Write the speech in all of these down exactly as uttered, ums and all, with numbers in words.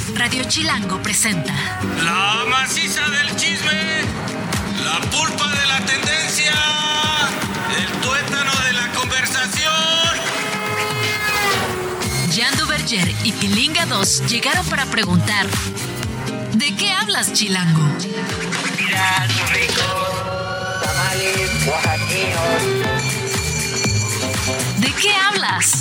Radio Chilango presenta La maciza del chisme, la pulpa de la tendencia, el tuétano de la conversación. Jean Duverger y Pilinga dos llegaron para preguntar: ¿de qué hablas, Chilango? Mira, ricos, tamales, oaxaqueños. ¿De qué hablas?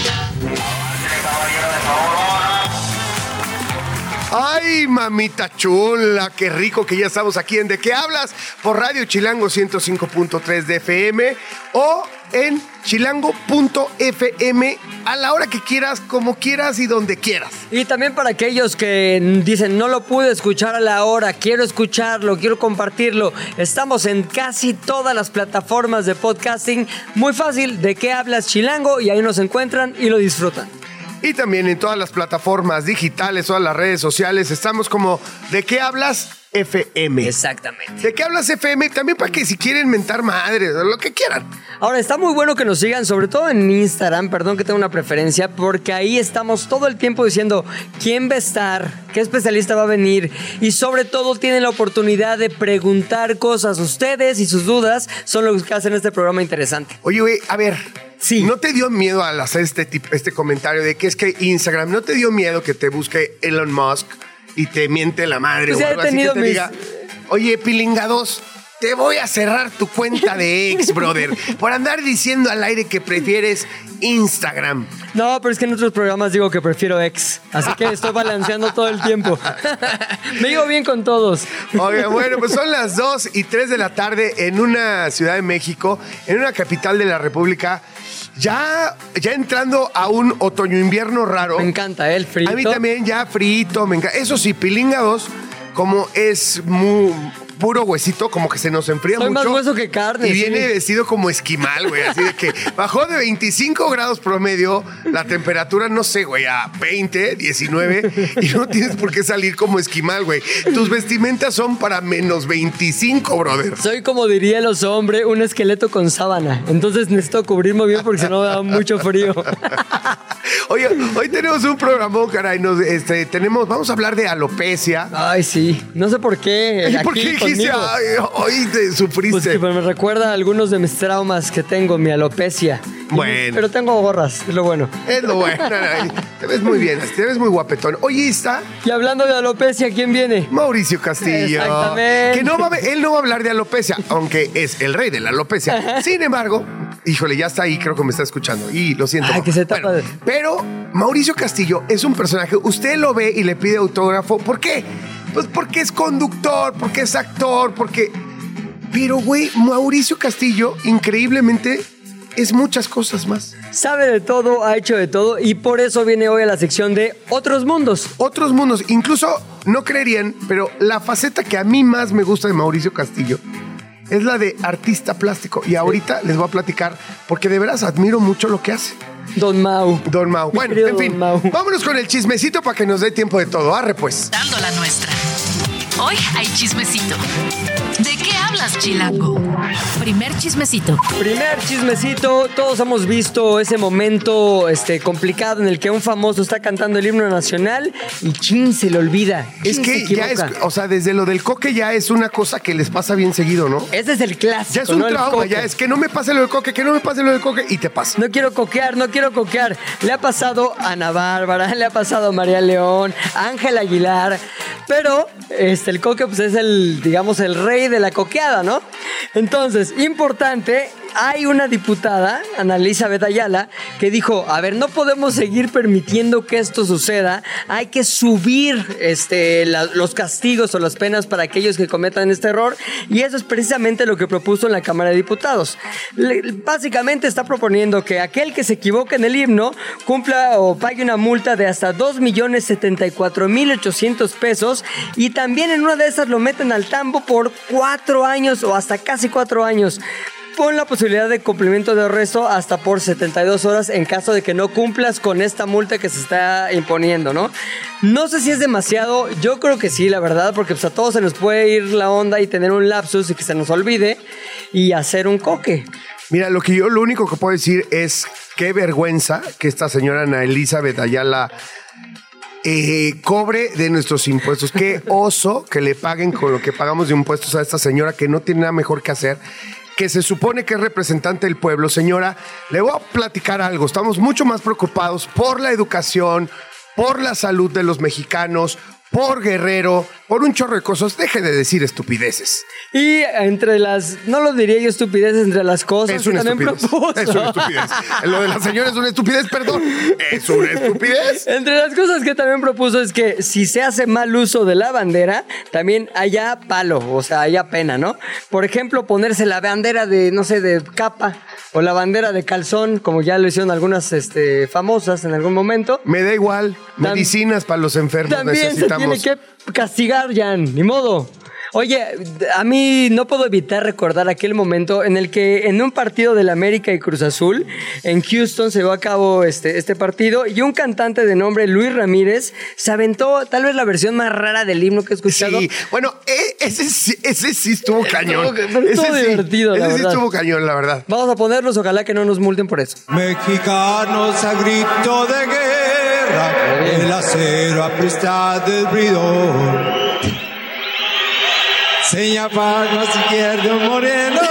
Ay, mamita chula, qué rico que ya estamos aquí en ¿De qué hablas? Por Radio Chilango ciento cinco punto tres de F M o en chilango punto f m a la hora que quieras, como quieras y donde quieras. Y también para aquellos que dicen, no lo pude escuchar a la hora, quiero escucharlo, quiero compartirlo. Estamos en casi todas las plataformas de podcasting. Muy fácil, ¿de qué hablas, Chilango? Y ahí nos encuentran y lo disfrutan. Y también en todas las plataformas digitales, todas las redes sociales, estamos como ¿de qué hablas? F M. Exactamente. ¿De qué hablas F M? También para que si quieren mentar madres, lo que quieran. Ahora, está muy bueno que nos sigan, sobre todo en Instagram, perdón que tengo una preferencia, porque ahí estamos todo el tiempo diciendo quién va a estar, qué especialista va a venir, y sobre todo tienen la oportunidad de preguntar cosas. Ustedes y sus dudas son los que hacen este programa interesante. Oye, güey, a ver, sí. ¿No te dio miedo al hacer este, tipo, este comentario de que es que Instagram, no te dio miedo que te busque Elon Musk y te miente la madre Pues o algo he así que te mis... diga, oye, Pilinga dos, te voy a cerrar tu cuenta de ex, brother, por andar diciendo al aire que prefieres Instagram? No, pero es que en otros programas digo que prefiero ex, así que estoy balanceando todo el tiempo. Me llevo bien con todos. Oye, bueno, pues son las dos y tres de la tarde en una ciudad de México, en una capital de la República. Ya, ya entrando a un otoño-invierno raro. Me encanta, ¿eh? El frito. A mí también ya frito, me encanta. Eso sí, Pilinga dos, como es muy puro huesito, como que se nos enfría Soy mucho. más hueso que carne. Y sí. viene vestido como esquimal, güey. Así de que bajó de veinticinco grados promedio la temperatura, no sé, güey, a veinte, diecinueve. Y no tienes por qué salir como esquimal, güey. Tus vestimentas son para menos veinticinco, brother. Soy, como diría los hombres, un esqueleto con sábana. Entonces necesito cubrirme bien porque si no me da mucho frío. Oye, hoy tenemos un programón, caray. Nos, este, tenemos, vamos a hablar de alopecia. Ay, sí. No sé por qué. ¿Y aquí por qué dijiste, conmigo. ay, hoy te sufriste? Pues que me recuerda a algunos de mis traumas que tengo, mi alopecia. Bueno. Pero tengo gorras, es lo bueno. Es lo bueno. Te ves muy bien, te ves muy guapetón. Oye, está Y hablando de alopecia, ¿quién viene? Mauricio Castillo. Exactamente. Que no va a, él no va a hablar de alopecia, aunque es el rey de la alopecia. Sin embargo, híjole, ya está ahí, creo que me está escuchando. Y lo siento. Ay, que se tapa Bueno, de- pero Mauricio Castillo es un personaje, usted lo ve y le pide autógrafo. ¿Por qué? Pues porque es conductor, porque es actor, porque... Pero, güey, Mauricio Castillo, increíblemente, es muchas cosas más. Sabe de todo, ha hecho de todo y por eso viene hoy a la sección de Otros Mundos. Otros mundos, incluso no creerían, pero la faceta que a mí más me gusta de Mauricio Castillo es la de artista plástico. Y ahorita les voy a platicar porque de veras admiro mucho lo que hace Don Mau. Don Mau. Mi Bueno, querido en fin, Don Mau. vámonos con el chismecito para que nos dé tiempo de todo. Arre pues. Dando la nuestra. Hoy hay chismecito. ¿De qué hablas, Chilango? Primer chismecito. Primer chismecito, todos hemos visto ese momento este, complicado en el que un famoso está cantando el himno nacional y chin, se le olvida. Es Chin, que se ya es, equivoca. o sea, desde lo del coque ya es una cosa que les pasa bien seguido, ¿no? Ese es el clásico, Ya es un ¿no? El trauma, coque. ya es que no me pase lo del coque, que no me pase lo del coque y te pasa. No quiero coquear, no quiero coquear. Le ha pasado a Ana Bárbara, le ha pasado a María León, a Ángel Aguilar, pero este, el coque pues, es el, digamos, el rey de la coqueada, ¿no? Entonces, importante, hay una diputada, Ana Elizabeth Ayala, que dijo, a ver, no podemos seguir permitiendo que esto suceda, hay que subir este, la- los castigos o las penas para aquellos que cometan este error, y eso es precisamente lo que propuso en la Cámara de Diputados. Le- básicamente está proponiendo que aquel que se equivoque en el himno cumpla o pague una multa de hasta dos millones setenta y cuatro mil ochocientos pesos, y también en una de esas lo meten al tambo por cuatro años o hasta casi cuatro años. Pon la posibilidad de cumplimiento de arresto hasta por setenta y dos horas en caso de que no cumplas con esta multa que se está imponiendo, ¿no? No sé si es demasiado, yo creo que sí, la verdad, porque pues a todos se nos puede ir la onda y tener un lapsus y que se nos olvide y hacer un coque. Mira, lo que yo lo único que puedo decir es qué vergüenza que esta señora Ana Elizabeth Ayala eh, cobre de nuestros impuestos. Qué oso que le paguen con lo que pagamos de impuestos a esta señora que no tiene nada mejor que hacer, que se supone que es representante del pueblo. Señora, le voy a platicar algo. Estamos mucho más preocupados por la educación, por la salud de los mexicanos, por Guerrero, por un chorro de cosas. Deje de decir estupideces. Y entre las, no lo diría yo estupideces, entre las cosas Es una que también estupidez. propuso. Es una estupidez. Lo de la señora es una estupidez, perdón. Es una estupidez. Entre las cosas que también propuso es que si se hace mal uso de la bandera, también haya palo, o sea, haya pena, ¿no? Por ejemplo, ponerse la bandera de, no sé, de capa o la bandera de calzón, como ya lo hicieron algunas este, famosas en algún momento. Me da igual. Tam- Medicinas para los enfermos También se necesitamos. tiene que castigar, Jan, ni modo. Oye, a mí no puedo evitar recordar aquel momento en el que en un partido del América y Cruz Azul, en Houston se llevó a cabo este, este partido y un cantante de nombre Luis Ramírez se aventó tal vez la versión más rara del himno que he escuchado. Sí, bueno, eh, ese, sí- ese sí estuvo cañón. Estuvo- estuvo Ese sí, divertido, la Ese sí verdad. estuvo cañón, la verdad. Vamos a ponerlos, ojalá que no nos multen por eso. Mexicanos a grito de guerra, el acero aprista del bridón. Seña palmas izquierdo moreno,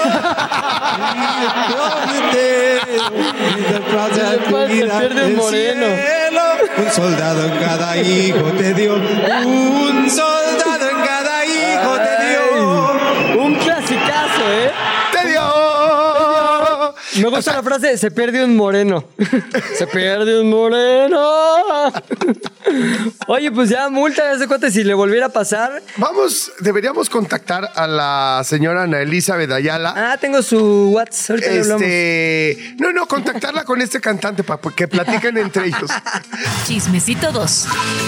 pierde un moreno. un soldado en cada hijo te dio, un soldado en cada hijo te dio. Un clasicazo, ¿eh? ¡Te dio! Me gusta la frase, se pierde un moreno. Se pierde un moreno. Oye, pues ya multa, ya se cuenta si le volviera a pasar. Vamos, deberíamos contactar a la señora Ana Elizabeth Ayala. Ah, tengo su WhatsApp, ahorita le hablamos. Este, no, no, contactarla con este cantante para que platiquen entre ellos. Chismecito dos.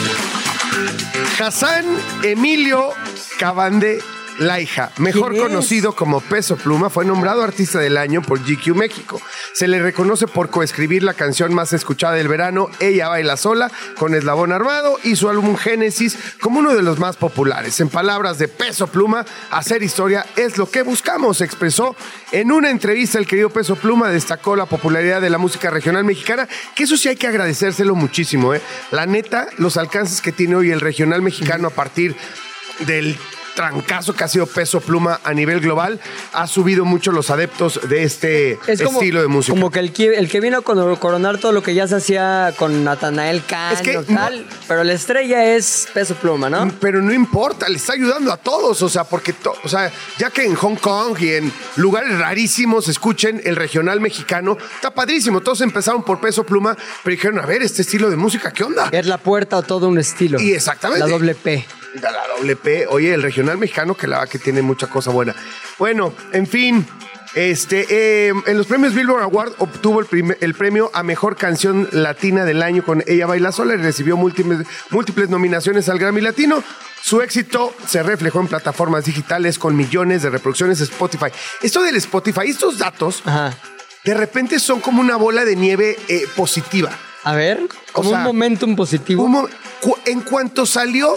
Hassan Emilio Cavande Laija, mejor ¿Quién es? conocido como Peso Pluma, fue nombrado Artista del Año por G Q México. Se le reconoce por coescribir la canción más escuchada del verano, Ella Baila Sola, con Eslabón Armado, y su álbum Génesis como uno de los más populares. En palabras de Peso Pluma, hacer historia es lo que buscamos, expresó en una entrevista. El querido Peso Pluma destacó la popularidad de la música regional mexicana, que eso sí hay que agradecérselo muchísimo, ¿eh? La neta, los alcances que tiene hoy el regional mexicano a partir del trancazo que ha sido Peso Pluma a nivel global, ha subido mucho los adeptos de este Es como, estilo de música. como que el que, el que vino a coro- coronar todo lo que ya se hacía con Natanael Cano, Es que tal, pero la estrella es Peso Pluma, ¿no? Pero no importa, le está ayudando a todos, o sea, porque, to- o sea, ya que en Hong Kong y en lugares rarísimos escuchen el regional mexicano, está padrísimo. Todos empezaron por Peso Pluma, pero dijeron, a ver, este estilo de música, ¿qué onda? Es la puerta a todo un estilo. Y exactamente. La doble P. De la doble P. Oye, el regional mexicano que la verdad que tiene mucha cosa buena. Bueno, en fin, este, eh, en los premios Billboard Award obtuvo el, primer- el premio a Mejor Canción Latina del Año con Ella Baila Sola y recibió múltiples, múltiples nominaciones al Grammy Latino. Su éxito se reflejó en plataformas digitales con millones de reproducciones Spotify. Esto del Spotify, estos datos, Ajá. de repente son como una bola de nieve eh, positiva. A ver, como O sea, un momentum positivo. Un mo- cu- en cuanto salió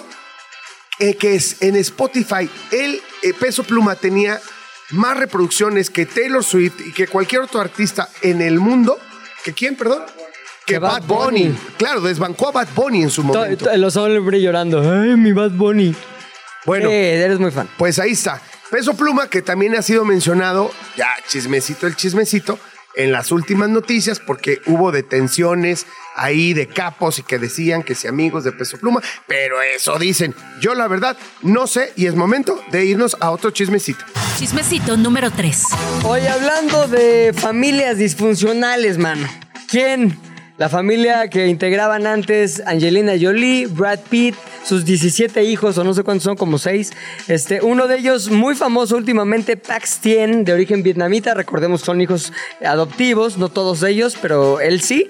eh, que es en Spotify, el eh, Peso Pluma tenía más reproducciones que Taylor Swift y que cualquier otro artista en el mundo. ¿Que quién, perdón? Que Que Bad Bad Bunny. Bunny. Claro, desbancó a Bad Bunny en su To- momento. to- Los hombres llorando. Ay, mi Bad Bunny. Bueno, Eh, eres muy fan. pues ahí está. Peso Pluma, que también ha sido mencionado, ya chismecito el chismecito, en las últimas noticias, porque hubo detenciones ahí de capos y que decían que sí amigos de Peso Pluma, pero eso dicen. Yo la verdad no sé y es momento de irnos a otro chismecito. Chismecito número tres. Oye, hablando de familias disfuncionales, mano. ¿Quién? La familia que integraban antes Angelina Jolie, Brad Pitt, sus diecisiete hijos, o no sé cuántos son, como seis. Este, uno de ellos muy famoso últimamente, Pax Tien, de origen vietnamita. Recordemos, son hijos adoptivos, no todos ellos, pero él sí.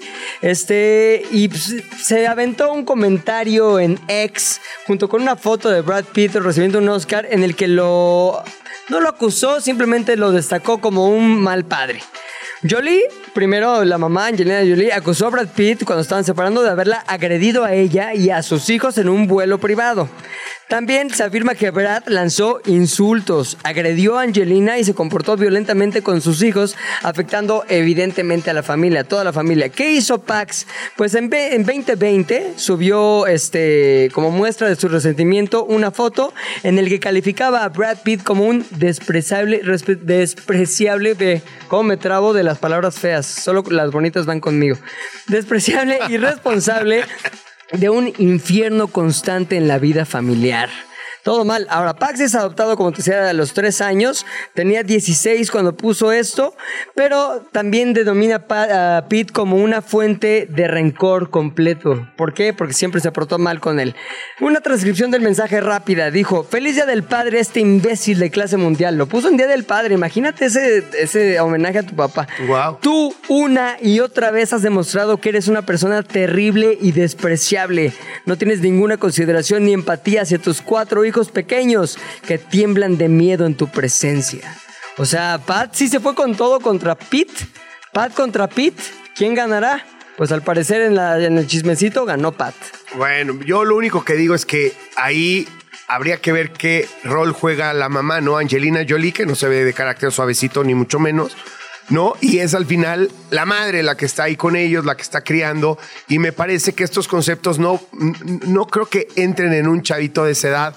Este, y pues, se aventó un comentario en X, junto con una foto de Brad Pitt recibiendo un Oscar, en el que lo... no lo acusó, simplemente lo destacó como un mal padre. Jolie, primero la mamá Angelina Jolie, acusó a Brad Pitt cuando estaban separando de haberla agredido a ella y a sus hijos en un vuelo privado. También se afirma que Brad lanzó insultos, agredió a Angelina y se comportó violentamente con sus hijos, afectando evidentemente a la familia, toda la familia. ¿Qué hizo Pax? Pues en, en veinte veinte subió este, como muestra de su resentimiento una foto en el que calificaba a Brad Pitt como un despreciable, respe- despreciable de... ¿Cómo me trabo de las palabras feas? Solo las bonitas van conmigo. Despreciable, irresponsable... de un infierno constante en la vida familiar. Todo mal. Ahora, Pax es adoptado, como te decía, a los tres años. Tenía dieciséis cuando puso esto, pero también denomina a Pete como una fuente de rencor completo. ¿Por qué? Porque siempre se portó mal con él. Una transcripción del mensaje rápida. Dijo, feliz día del padre, este imbécil de clase mundial. Lo puso en día del padre. Imagínate ese, ese homenaje a tu papá. Wow. Tú una y otra vez has demostrado que eres una persona terrible y despreciable. No tienes ninguna consideración ni empatía hacia tus cuatro hijos pequeños que tiemblan de miedo en tu presencia. O sea, Pat sí se fue con todo contra Pete. Pat contra Pete. ¿Quién ganará? Pues al parecer en, la, en el chismecito ganó Pat. Bueno, yo lo único que digo es que ahí habría que ver qué rol juega la mamá, ¿no? Angelina Jolie, que no se ve de carácter suavecito ni mucho menos, ¿no? Y es al final la madre la que está ahí con ellos, la que está criando, y me parece que estos conceptos no, no creo que entren en un chavito de esa edad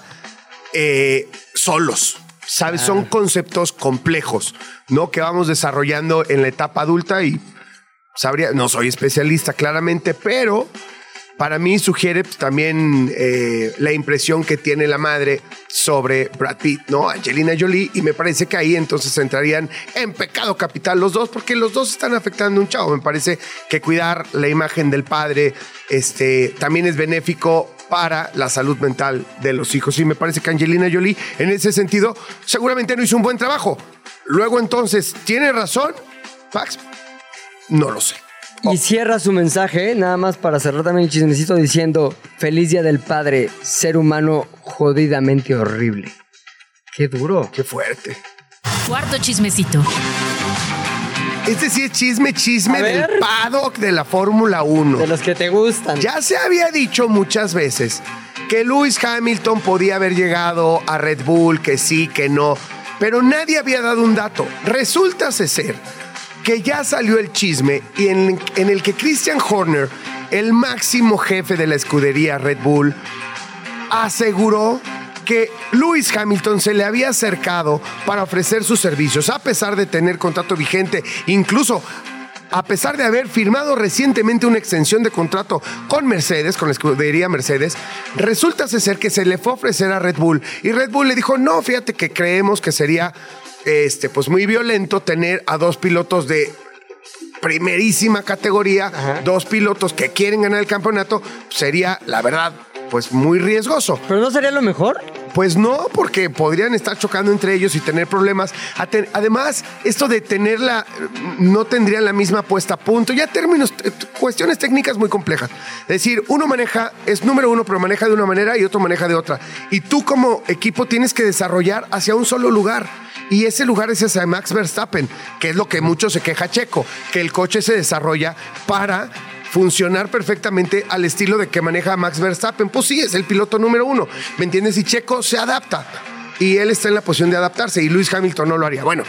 eh, solos, ¿sabes? Ah. Son conceptos complejos, ¿no? Que vamos desarrollando en la etapa adulta y sabría, no soy especialista claramente, pero para mí sugiere pues, también eh, la impresión que tiene la madre sobre Brad Pitt, ¿no? Angelina Jolie, y me parece que ahí entonces entrarían en pecado capital los dos, porque los dos están afectando a un chavo. Me parece que cuidar la imagen del padre este, también es benéfico para la salud mental de los hijos. Y me parece que Angelina Jolie, en ese sentido, seguramente no hizo un buen trabajo. Luego entonces, ¿tiene razón, Pax? No lo sé. Y cierra su mensaje, nada más para cerrar también el chismecito, diciendo: feliz día del padre, ser humano jodidamente horrible. Qué duro. Qué fuerte. Cuarto chismecito. Este sí es chisme, chisme A del ver. paddock de la Fórmula uno. De los que te gustan. Ya se había dicho muchas veces que Lewis Hamilton podía haber llegado a Red Bull, que sí, que no, pero nadie había dado un dato. Resulta ser que ya salió el chisme y en, en el que Christian Horner, el máximo jefe de la escudería Red Bull, aseguró que Lewis Hamilton se le había acercado para ofrecer sus servicios, a pesar de tener contrato vigente, incluso a pesar de haber firmado recientemente una extensión de contrato con Mercedes, con la escudería Mercedes. Resulta ser que se le fue a ofrecer a Red Bull y Red Bull le dijo, no, fíjate que creemos que sería este, pues muy violento tener a dos pilotos de primerísima categoría, Ajá. dos pilotos que quieren ganar el campeonato, sería, la verdad, pues muy riesgoso. ¿Pero no sería lo mejor? Pues no, porque podrían estar chocando entre ellos y tener problemas. Además, esto de tenerla, no tendrían la misma puesta a punto. Ya términos, cuestiones técnicas muy complejas. Es decir, uno maneja, es número uno, pero maneja de una manera y otro maneja de otra. Y tú como equipo tienes que desarrollar hacia un solo lugar. Y ese lugar es hacia Max Verstappen, que es lo que mucho se queja Checo, que el coche se desarrolla para funcionar perfectamente al estilo de que maneja Max Verstappen. Pues sí, es el piloto número uno, ¿me entiendes? Y Checo se adapta y él está en la posición de adaptarse y Lewis Hamilton no lo haría. Bueno,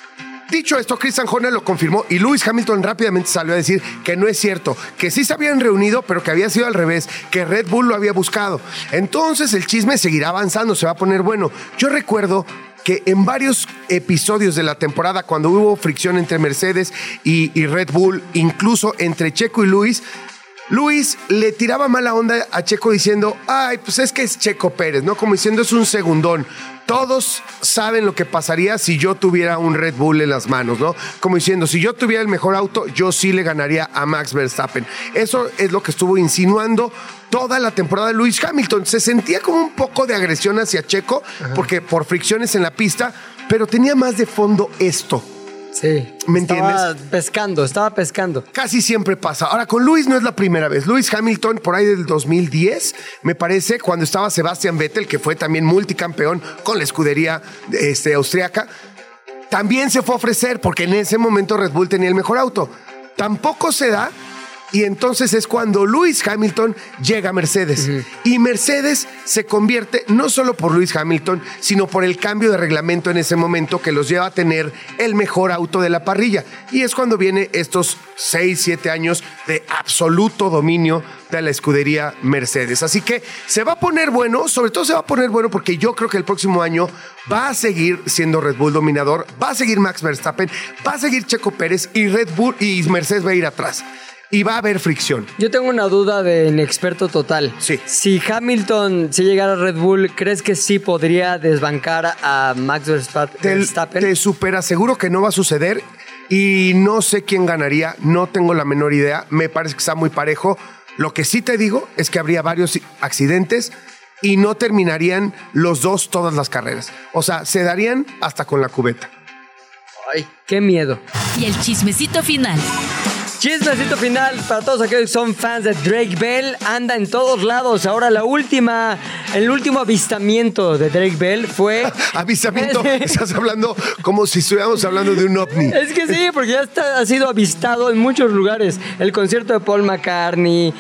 dicho esto, Christian Horner lo confirmó y Lewis Hamilton rápidamente salió a decir que no es cierto, que sí se habían reunido, pero que había sido al revés, que Red Bull lo había buscado. Entonces el chisme seguirá avanzando, se va a poner bueno. Yo recuerdo que en varios episodios de la temporada, cuando hubo fricción entre Mercedes y, y Red Bull, incluso entre Checo y Lewis, Lewis le tiraba mala onda a Checo diciendo, ay, pues es que es Checo Pérez, ¿no? Como diciendo, es un segundón. Todos saben lo que pasaría si yo tuviera un Red Bull en las manos, ¿no? Como diciendo, si yo tuviera el mejor auto, yo sí le ganaría a Max Verstappen. Eso es lo que estuvo insinuando toda la temporada de Lewis Hamilton. Se sentía como un poco de agresión hacia Checo, Ajá. porque por fricciones en la pista, pero tenía más de fondo esto. Sí. ¿Me estaba entiendes? pescando, estaba pescando. Casi siempre pasa. Ahora, con Lewis no es la primera vez. Lewis Hamilton, por ahí del dos mil diez, me parece, cuando estaba Sebastian Vettel, que fue también multicampeón con la escudería este, austriaca, también se fue a ofrecer, porque en ese momento Red Bull tenía el mejor auto. Tampoco se da Y entonces es cuando Lewis Hamilton llega a Mercedes. Uh-huh. Y Mercedes se convierte no solo por Lewis Hamilton, sino por el cambio de reglamento en ese momento que los lleva a tener el mejor auto de la parrilla. Y es cuando viene estos seis, siete años de absoluto dominio de la escudería Mercedes. Así que se va a poner bueno, sobre todo se va a poner bueno porque yo creo que el próximo año va a seguir siendo Red Bull dominador, va a seguir Max Verstappen, va a seguir Checo Pérez y Red Bull y Mercedes va a ir atrás. Y va a haber fricción. Yo tengo una duda de inexperto total. Sí. Si Hamilton, si llegara a Red Bull, ¿crees que sí podría desbancar a Max Verstappen? Te, te súper aseguro que no va a suceder y no sé quién ganaría, no tengo la menor idea. Me parece que está muy parejo. Lo que sí te digo es que habría varios accidentes y no terminarían los dos todas las carreras. O sea, se darían hasta con la cubeta. Ay, qué miedo. Y el chismecito final. Chismecito final para todos aquellos que son fans de Drake Bell. Anda en todos lados. Ahora la última, el último avistamiento de Drake Bell fue... ¿Avistamiento? Estás hablando como si estuviéramos hablando de un ovni. Es que sí, porque ya está, ha sido avistado en muchos lugares. El concierto de Paul McCartney,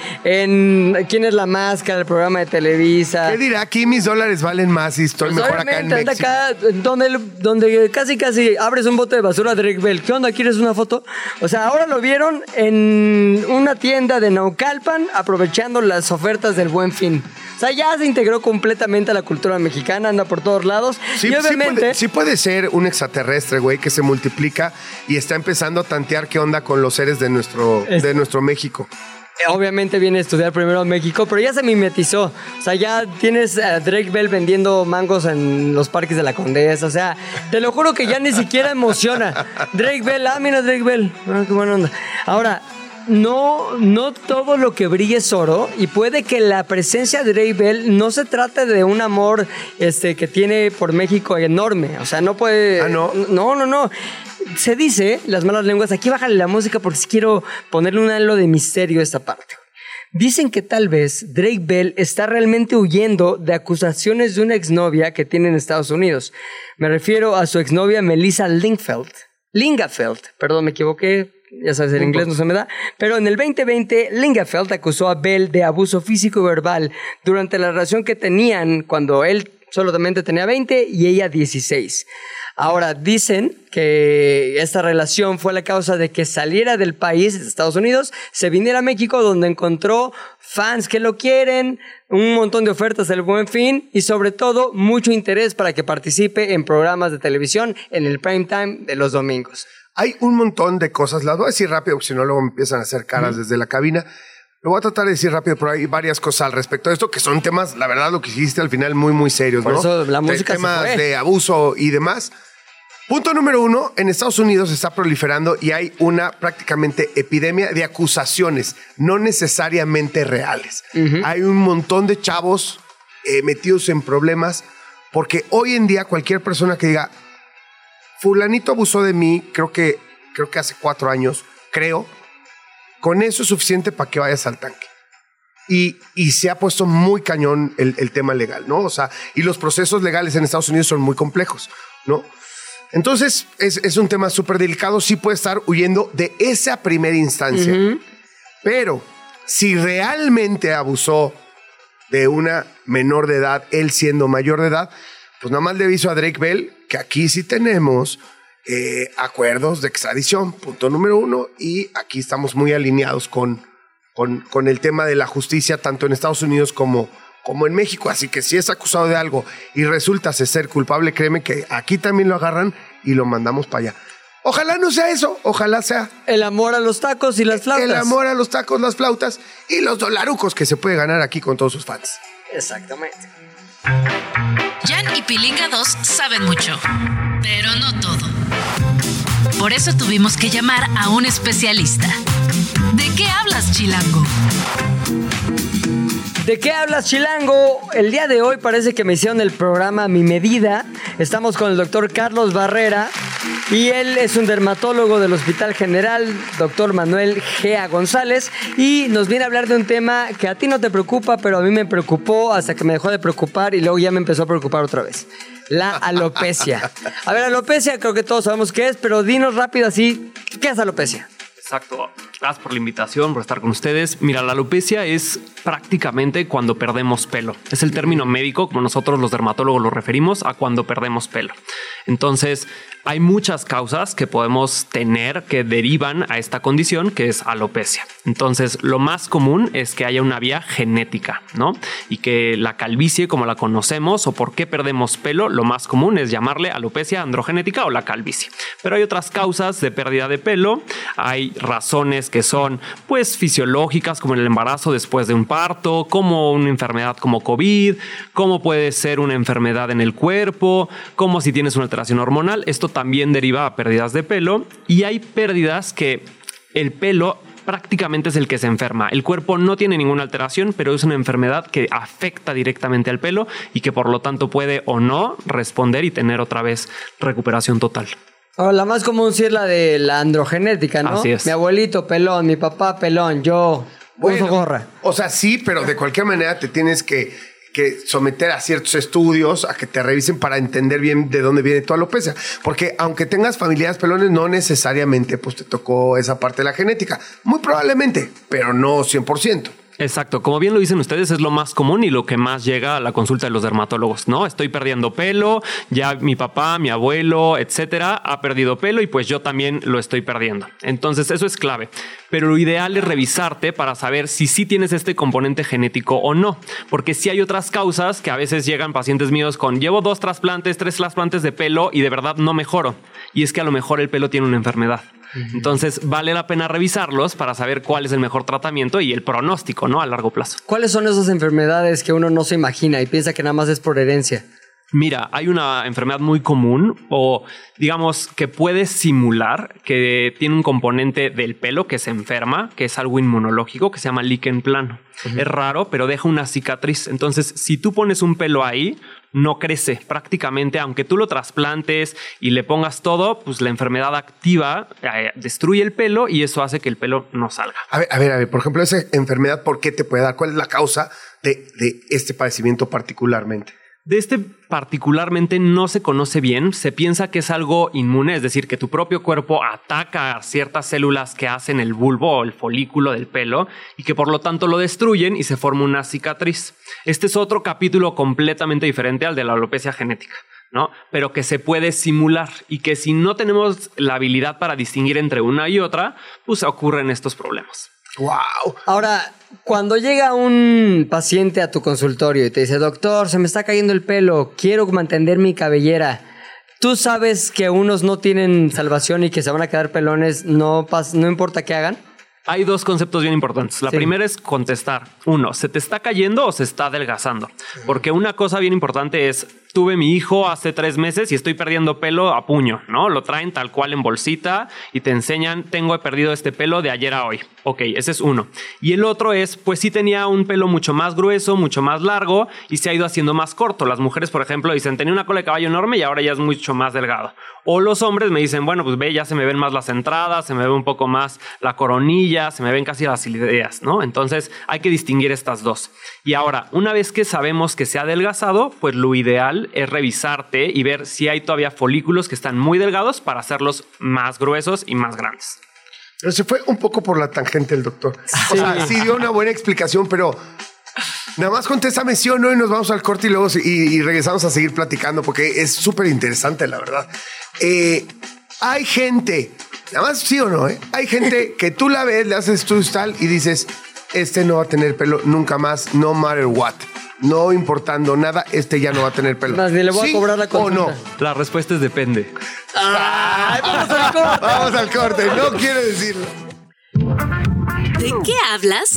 en ¿Quién es la máscara?, el programa de Televisa. ¿Qué dirá? Aquí mis dólares valen más y estoy pues mejor acá en México. Acá, donde, donde casi casi abres un bote de basura Drake Bell. ¿Qué onda? ¿Quieres una foto? O sea, ahora lo vieron en una tienda de Naucalpan aprovechando las ofertas del Buen Fin. O sea, ya se integró completamente a la cultura mexicana, anda por todos lados. Sí, y obviamente... sí, puede, sí puede ser un extraterrestre, güey, que se multiplica y está empezando a tantear qué onda con los seres de nuestro, es... de nuestro México. Obviamente viene a estudiar primero en México, pero ya se mimetizó. O sea, ya tienes a Drake Bell vendiendo mangos en los parques de la Condesa. O sea, te lo juro que ya ni siquiera emociona. Drake Bell, ah, mira Drake Bell. Ah, qué buena onda. Ahora, no, no todo lo que brilla es oro y puede que la presencia de Drake Bell no se trate de un amor este, que tiene por México enorme. O sea, no puede... Ah, ¿no? No, no, no. Se dice, las malas lenguas, aquí bájale la música porque si quiero ponerle un halo de misterio a esta parte. Dicen que tal vez Drake Bell está realmente huyendo de acusaciones de una exnovia que tiene en Estados Unidos. Me refiero a su exnovia Melissa Lingfeld. Lingafeld, perdón, me equivoqué. Ya sabes, el inglés no se me da. Pero en el veinte veinte, Lingafeld acusó a Bell de abuso físico y verbal durante la relación que tenían cuando él solamente tenía veinte y ella dieciséis. Ahora, dicen que esta relación fue la causa de que saliera del país, de Estados Unidos, se viniera a México, donde encontró fans que lo quieren, un montón de ofertas del Buen Fin y sobre todo mucho interés para que participe en programas de televisión en el prime time de los domingos. Hay un montón de cosas, las voy a decir rápido, porque si no luego me empiezan a hacer caras mm. desde la cabina. Lo voy a tratar de decir rápido, pero hay varias cosas al respecto de esto, que son temas, la verdad, lo que dijiste al final, muy, muy serios, Por ¿no? eso la música de, temas se fue. de abuso y demás. Punto número uno, en Estados Unidos se está proliferando y hay una prácticamente epidemia de acusaciones, no necesariamente reales. Uh-huh. Hay un montón de chavos eh, metidos en problemas, porque hoy en día cualquier persona que diga, fulanito abusó de mí, creo que, creo que hace cuatro años, creo, con eso es suficiente para que vayas al tanque. Y, y se ha puesto muy cañón el, el tema legal, ¿no? O sea, y los procesos legales en Estados Unidos son muy complejos, ¿no? Entonces, es, es un tema súper delicado. Sí puede estar huyendo de esa primera instancia. Uh-huh. Pero, si realmente abusó de una menor de edad, él siendo mayor de edad, pues nada más le aviso a Drake Bell que aquí sí tenemos... Eh, acuerdos de extradición, punto número uno, y aquí estamos muy alineados con, con, con el tema de la justicia tanto en Estados Unidos como, como en México, así que si es acusado de algo y resulta ser culpable, créeme que aquí también lo agarran y lo mandamos para allá. Ojalá no sea eso, ojalá sea el amor a los tacos y las flautas. El amor a los tacos, las flautas y los dolarucos que se puede ganar aquí con todos sus fans. Exactamente. Jan y Pilinga dos saben mucho, pero no todo. Por eso tuvimos que llamar a un especialista. ¿De qué hablas, Chilango? ¿De qué hablas, Chilango? El día de hoy parece que me hicieron el programa a mi medida. Estamos con el doctor Carlos Barrera y él es un dermatólogo del Hospital General, doctor Manuel Gea González, y nos viene a hablar de un tema que a ti no te preocupa, pero a mí me preocupó hasta que me dejó de preocupar y luego ya me empezó a preocupar otra vez. La alopecia. A ver, alopecia creo que todos sabemos qué es, pero dinos rápido así, ¿qué es alopecia? Exacto. Gracias por la invitación, por estar con ustedes. Mira, la alopecia es prácticamente cuando perdemos pelo. Es el término médico, como nosotros los dermatólogos lo referimos, a cuando perdemos pelo. Entonces, hay muchas causas que podemos tener que derivan a esta condición, que es alopecia. Entonces, lo más común es que haya una vía genética, ¿no? Y que la calvicie, como la conocemos, o por qué perdemos pelo, lo más común es llamarle alopecia androgenética o la calvicie. Pero hay otras causas de pérdida de pelo. Hay razones que son, pues, fisiológicas, como el embarazo después de un parto, como una enfermedad como COVID, como puede ser una enfermedad en el cuerpo, como si tienes una alteración hormonal. Esto también deriva a pérdidas de pelo, y hay pérdidas que el pelo prácticamente es el que se enferma. El cuerpo no tiene ninguna alteración, pero es una enfermedad que afecta directamente al pelo y que por lo tanto puede o no responder y tener otra vez recuperación total. Oh, la más común sí es la de la androgenética, ¿no? Así es. Mi abuelito pelón, mi papá pelón, yo Bueno, uso gorra. O sea, sí, pero de cualquier manera te tienes que, que someter a ciertos estudios, a que te revisen para entender bien de dónde viene tu alopecia. Porque aunque tengas familiares pelones, no necesariamente pues, te tocó esa parte de la genética. Muy probablemente, pero no cien por ciento. Exacto, como bien lo dicen ustedes, es lo más común y lo que más llega a la consulta de los dermatólogos, ¿no? Estoy perdiendo pelo, ya mi papá, mi abuelo, etcétera, ha perdido pelo y pues yo también lo estoy perdiendo. Entonces eso es clave, pero lo ideal es revisarte para saber si sí tienes este componente genético o no, porque sí hay otras causas que a veces llegan pacientes míos con llevo dos trasplantes, tres trasplantes de pelo y de verdad no mejoro, y es que a lo mejor el pelo tiene una enfermedad. Entonces vale la pena revisarlos para saber cuál es el mejor tratamiento y el pronóstico, ¿no? A largo plazo. ¿Cuáles son esas enfermedades que uno no se imagina y piensa que nada más es por herencia? Mira, hay una enfermedad muy común o digamos que puede simular que tiene un componente del pelo que se enferma, que es algo inmunológico, que se llama líquen plano. Uh-huh. Es raro, pero deja una cicatriz. Entonces, si tú pones un pelo ahí, no crece prácticamente, aunque tú lo trasplantes y le pongas todo, pues la enfermedad activa, eh, destruye el pelo y eso hace que el pelo no salga. A ver, a ver, a ver, por ejemplo, esa enfermedad, ¿por qué te puede dar? ¿Cuál es la causa de, de este padecimiento particularmente? De este particularmente no se conoce bien, se piensa que es algo inmune, es decir, que tu propio cuerpo ataca a ciertas células que hacen el bulbo o el folículo del pelo y que por lo tanto lo destruyen y se forma una cicatriz. Este es otro capítulo completamente diferente al de la alopecia genética, ¿no? Pero que se puede simular y que si no tenemos la habilidad para distinguir entre una y otra, pues ocurren estos problemas. ¡Wow! Ahora, cuando llega un paciente a tu consultorio y te dice, doctor, se me está cayendo el pelo, quiero mantener mi cabellera, ¿tú sabes que unos no tienen salvación y que se van a quedar pelones, no, pas- no importa qué hagan? Hay dos conceptos bien importantes. La Sí. primera es contestar. Uno, ¿se te está cayendo o se está adelgazando? Porque una cosa bien importante es, tuve mi hijo hace tres meses y estoy perdiendo pelo a puño, ¿no? Lo traen tal cual en bolsita y te enseñan, tengo he perdido este pelo de ayer a hoy. Ok, ese es uno. Y el otro es, pues sí tenía un pelo mucho más grueso, mucho más largo y se ha ido haciendo más corto. Las mujeres, por ejemplo, dicen, tenía una cola de caballo enorme y ahora ya es mucho más delgado. O los hombres me dicen, bueno, pues ve, ya se me ven más las entradas, se me ve un poco más la coronilla, se me ven casi las ideas, ¿no? Entonces hay que distinguir estas dos. Y ahora, una vez que sabemos que se ha adelgazado, pues lo ideal es revisarte y ver si hay todavía folículos que están muy delgados para hacerlos más gruesos y más grandes. Pero se fue un poco por la tangente el doctor. O sea, sí dio una buena explicación, pero nada más contéstame sí o no y nos vamos al corte y luego y, y regresamos a seguir platicando porque es súper interesante, la verdad. Eh, hay gente, nada más sí o no, ¿eh? Hay gente que tú la ves, le haces tu tal y dices, este no va a tener pelo nunca más, no matter what. No importando nada, este ya no va a tener pelo. Más ni le voy a ¿Sí cobrar la consulta. o no? La respuesta es depende. ¡Ay, vamos al corte! Vamos al corte, no quiere decirlo. ¿De qué hablas?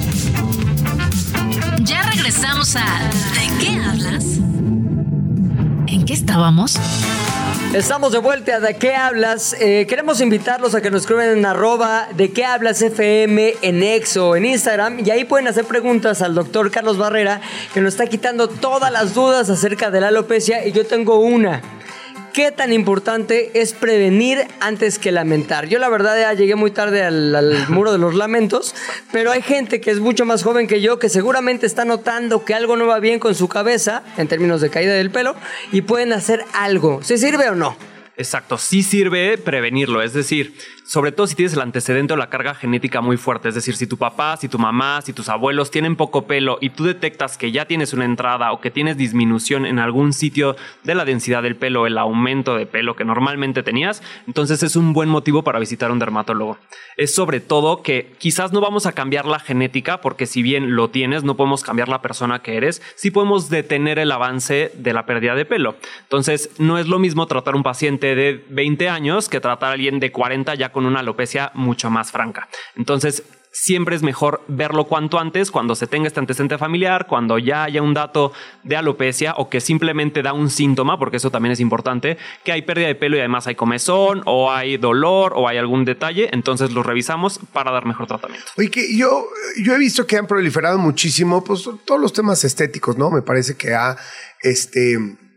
Ya regresamos a ¿De qué hablas? ¿En qué estábamos? Estamos de vuelta a ¿De qué hablas? Eh, queremos invitarlos a que nos escriban en arroba ¿De qué hablas F M en X o en Instagram? Y ahí pueden hacer preguntas al doctor Carlos Barrera, que nos está quitando todas las dudas acerca de la alopecia. Y yo tengo una. ¿Qué tan importante es prevenir antes que lamentar? Yo la verdad ya llegué muy tarde al, al muro de los lamentos, pero hay gente que es mucho más joven que yo que seguramente está notando que algo no va bien con su cabeza en términos de caída del pelo y pueden hacer algo. ¿Se sirve o no? Exacto, sí sirve prevenirlo, es decir, sobre todo si tienes el antecedente o la carga genética muy fuerte, es decir, si tu papá, si tu mamá, si tus abuelos tienen poco pelo y tú detectas que ya tienes una entrada o que tienes disminución en algún sitio de la densidad del pelo, el aumento de pelo que normalmente tenías, entonces es un buen motivo para visitar a un dermatólogo. Es sobre todo que quizás no vamos a cambiar la genética porque si bien lo tienes, no podemos cambiar la persona que eres, sí podemos detener el avance de la pérdida de pelo. Entonces, no es lo mismo tratar a un paciente de veinte años que tratar a alguien de cuarenta ya con una alopecia mucho más franca. Entonces, siempre es mejor verlo cuanto antes, cuando se tenga este antecedente familiar, cuando ya haya un dato de alopecia o que simplemente da un síntoma, porque eso también es importante, que hay pérdida de pelo y además hay comezón o hay dolor o hay algún detalle, entonces lo revisamos para dar mejor tratamiento. Oye, que yo, yo he visto que han proliferado muchísimo pues, todos los temas estéticos, ¿no? Me parece que ha, este,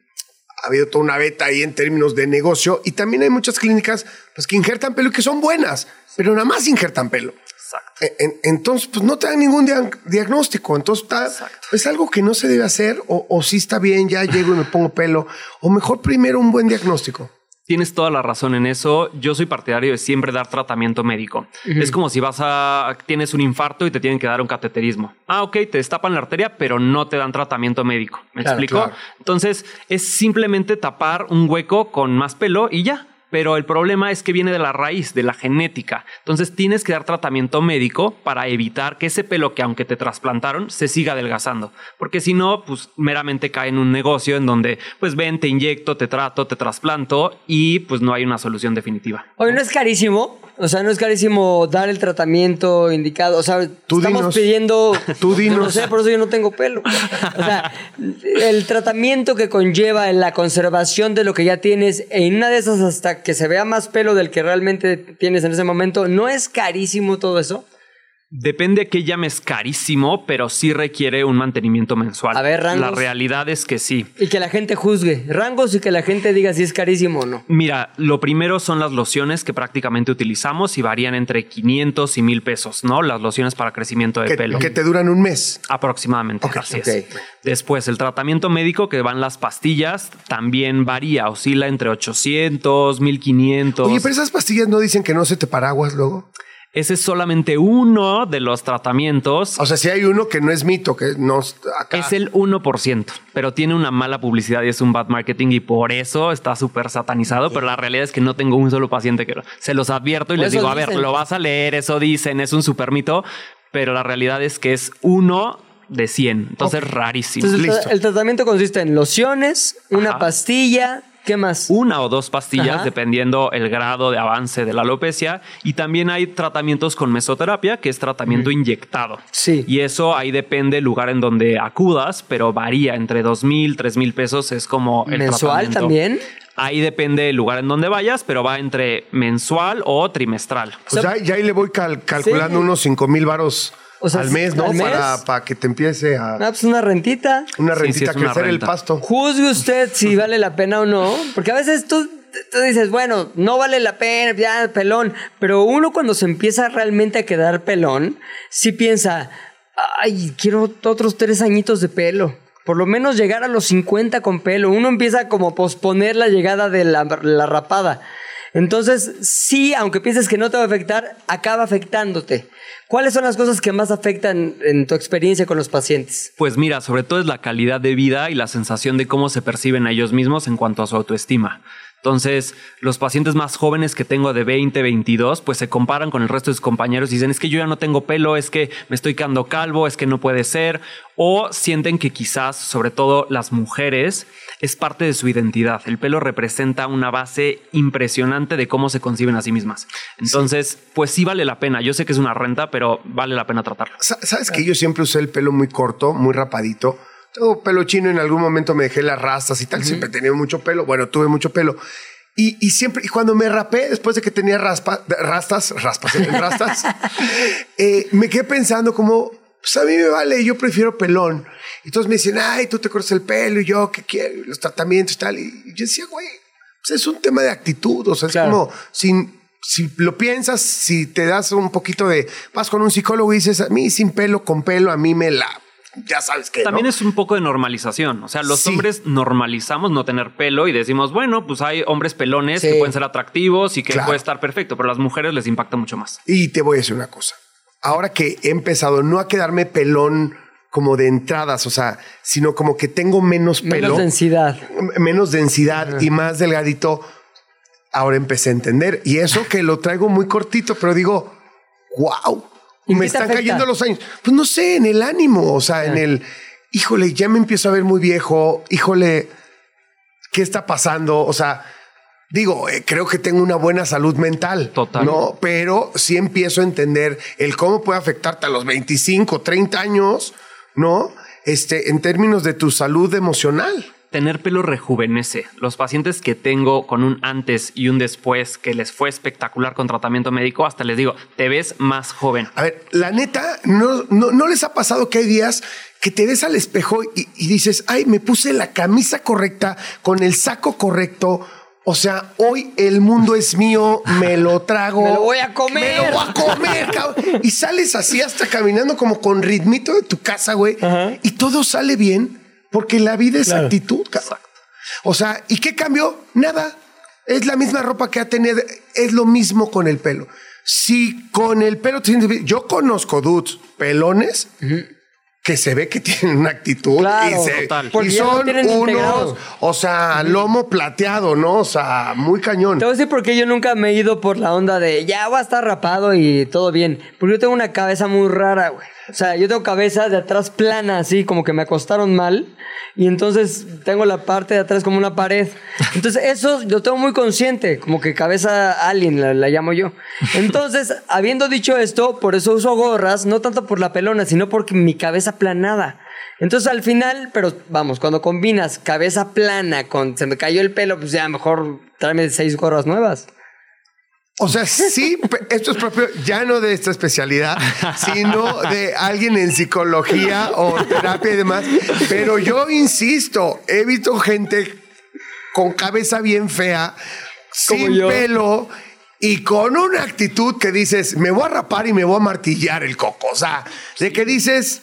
ha habido toda una beta ahí en términos de negocio y también hay muchas clínicas pues, que injertan pelo y que son buenas, pero nada más injertan pelo. Exacto. En, entonces, pues no te dan ningún dia diagnóstico. Entonces, está, es algo que no se debe hacer o, o si está bien, ya llego y me pongo pelo. O mejor primero un buen diagnóstico. Tienes toda la razón en eso. Yo soy partidario de siempre dar tratamiento médico. Uh-huh. Es como si vas a... tienes un infarto y te tienen que dar un cateterismo. Ah, ok, te destapan la arteria, pero no te dan tratamiento médico. ¿Me claro, explico? Claro. Entonces, es simplemente tapar un hueco con más pelo y ya. Pero el problema es que viene de la raíz, de la genética. Entonces tienes que dar tratamiento médico para evitar que ese pelo que aunque te trasplantaron se siga adelgazando. Porque si no, pues meramente cae en un negocio en donde pues ven, te inyecto, te trato, te trasplanto y pues no hay una solución definitiva. Oye, ¿no es carísimo? O sea, ¿no es carísimo dar el tratamiento indicado? O sea, Tú estamos dinos. pidiendo... Tú dinos. No sé, por eso yo no tengo pelo. O sea, el tratamiento que conlleva en la conservación de lo que ya tienes, en una de esas hasta que se vea más pelo del que realmente tienes en ese momento, ¿no es carísimo todo eso? Depende de qué llames carísimo, pero sí requiere un mantenimiento mensual. A ver, rangos. La realidad es que sí. Y que la gente juzgue. Rangos y que la gente diga si es carísimo o no. Mira, lo primero son las lociones que prácticamente utilizamos y varían entre quinientos y mil pesos, ¿no? Las lociones para crecimiento de que, pelo. Que te duran un mes. Aproximadamente, okay, así okay. es. Después, el tratamiento médico que van las pastillas también varía, oscila entre ochocientos, mil quinientos. Oye, pero esas pastillas no dicen que no se te paraguas luego. Ese es solamente uno de los tratamientos. O sea, si hay uno que no es mito, que no acá. Es el uno por ciento, pero tiene una mala publicidad y es un bad marketing y por eso está súper satanizado. Pero la realidad es que no tengo un solo paciente que lo, se los advierto y pues les digo, dicen. a ver, lo vas a leer, eso dicen, es un súper mito, pero la realidad es que es uno de cien. Entonces, okay. rarísimo. Entonces, Listo. El tratamiento consiste en lociones, una Ajá. pastilla... ¿Qué más? Una o dos pastillas, Ajá. dependiendo el grado de avance de la alopecia. Y también hay tratamientos con mesoterapia, que es tratamiento mm. inyectado. Sí. Y eso ahí depende el lugar en donde acudas, pero varía entre dos mil, tres mil pesos. Es como el ¿mensual tratamiento. También? Ahí depende el lugar en donde vayas, pero va entre mensual o trimestral. Pues ya, ya ahí le voy cal calculando sí. unos cinco mil varos. O sea, al mes, ¿no? ¿Al mes? Para, para que te empiece a... Ah, pues una rentita. Una rentita, sí, sí, a crecer renta. El pasto. Juzgue usted si vale la pena o no. Porque a veces tú, tú dices, bueno, no vale la pena, ya, pelón. Pero uno cuando se empieza realmente a quedar pelón, sí piensa, ay, quiero otros tres añitos de pelo. Por lo menos llegar a los cincuenta con pelo. Uno empieza como a posponer la llegada de la, la rapada. Entonces, sí, aunque pienses que no te va a afectar, acaba afectándote. ¿Cuáles son las cosas que más afectan en tu experiencia con los pacientes? Pues mira, sobre todo es la calidad de vida y la sensación de cómo se perciben a ellos mismos en cuanto a su autoestima. Entonces, los pacientes más jóvenes que tengo de veinte, veintidós, pues se comparan con el resto de sus compañeros y dicen, es que yo ya no tengo pelo, es que me estoy quedando calvo, es que no puede ser. O sienten que quizás, sobre todo las mujeres, es parte de su identidad. El pelo representa una base impresionante de cómo se conciben a sí mismas. Entonces, sí. pues sí vale la pena. Yo sé que es una renta, pero vale la pena tratarlo. ¿Sabes que yo siempre usé el pelo muy corto, muy rapadito? Tengo pelo chino, en algún momento me dejé las rastas y tal. Uh-huh. Siempre he tenido mucho pelo. Bueno, tuve mucho pelo. Y, y siempre, y cuando me rapé, después de que tenía raspa, rastas, raspas, rastas, eh, me quedé pensando como, pues a mí me vale, yo prefiero pelón. Y todos me dicen, ay, tú te cortas el pelo y yo, ¿qué quiero? Los tratamientos y tal. Y yo decía, güey, pues es un tema de actitud. O sea, claro. es como, sin, si lo piensas, si te das un poquito de, vas con un psicólogo y dices, a mí sin pelo, con pelo, a mí me la... ya sabes que También ¿no? es un poco de normalización. O sea, los Sí. hombres normalizamos no tener pelo y decimos, bueno, pues hay hombres pelones Sí. que pueden ser atractivos y que Claro. puede estar perfecto, pero a las mujeres les impacta mucho más. Y te voy a decir una cosa. Ahora que he empezado no a quedarme pelón como de entradas, o sea, sino como que tengo menos pelo. Menos densidad. m- menos densidad y más delgadito, ahora empecé a entender. Y eso que lo traigo muy cortito, pero digo, wow, ¿En qué me te están afecta? cayendo los años. Pues no sé, en el ánimo, o sea, en el, híjole, ya me empiezo a ver muy viejo, híjole, ¿qué está pasando? O sea, digo, eh, creo que tengo una buena salud mental. Total. ¿no? Pero sí empiezo a entender el cómo puede afectarte a los veinticinco, treinta años, ¿no? Este, en términos de tu salud emocional. Tener pelo rejuvenece. Los pacientes que tengo con un antes y un después que les fue espectacular con tratamiento médico, hasta les digo, te ves más joven. A ver, la neta, ¿no, no, no les ha pasado que hay días que te ves al espejo y, y dices, ay, me puse la camisa correcta con el saco correcto? O sea, hoy el mundo es mío, me lo trago. Me lo voy a comer. Me lo voy a comer, cabrón. Y sales así hasta caminando como con ritmito de tu casa, güey. Ajá. Y todo sale bien porque la vida es Claro. actitud, cabrón. O sea, ¿y qué cambió? Nada. Es la misma ropa que ha tenido. Es lo mismo con el pelo. Si con el pelo te sientes bien. Yo conozco dudes pelones que se ve que tienen una actitud Claro, y, se- total. y Porque ya lo son tienen unos, integrado. o sea, lomo plateado, ¿no? O sea, muy cañón. Te voy a decir por qué yo nunca me he ido por la onda de ya voy a estar rapado y todo bien. Porque yo tengo una cabeza muy rara, güey. O sea, yo tengo cabeza de atrás plana, así como que me acostaron mal. Y entonces tengo la parte de atrás como una pared. Entonces eso lo tengo muy consciente, como que cabeza alien la, la llamo yo. Entonces, habiendo dicho esto, por eso uso gorras, no tanto por la pelona, sino porque mi cabeza planada. Entonces al final, pero vamos, cuando combinas cabeza plana con se me cayó el pelo, pues ya mejor tráeme seis gorras nuevas. O sea, sí, pe- esto es propio ya no de esta especialidad, sino de alguien en psicología o terapia y demás. Pero yo insisto, he visto gente con cabeza bien fea, Como sin yo. pelo y con una actitud que dices, me voy a rapar y me voy a martillar el coco. O sea, de que dices,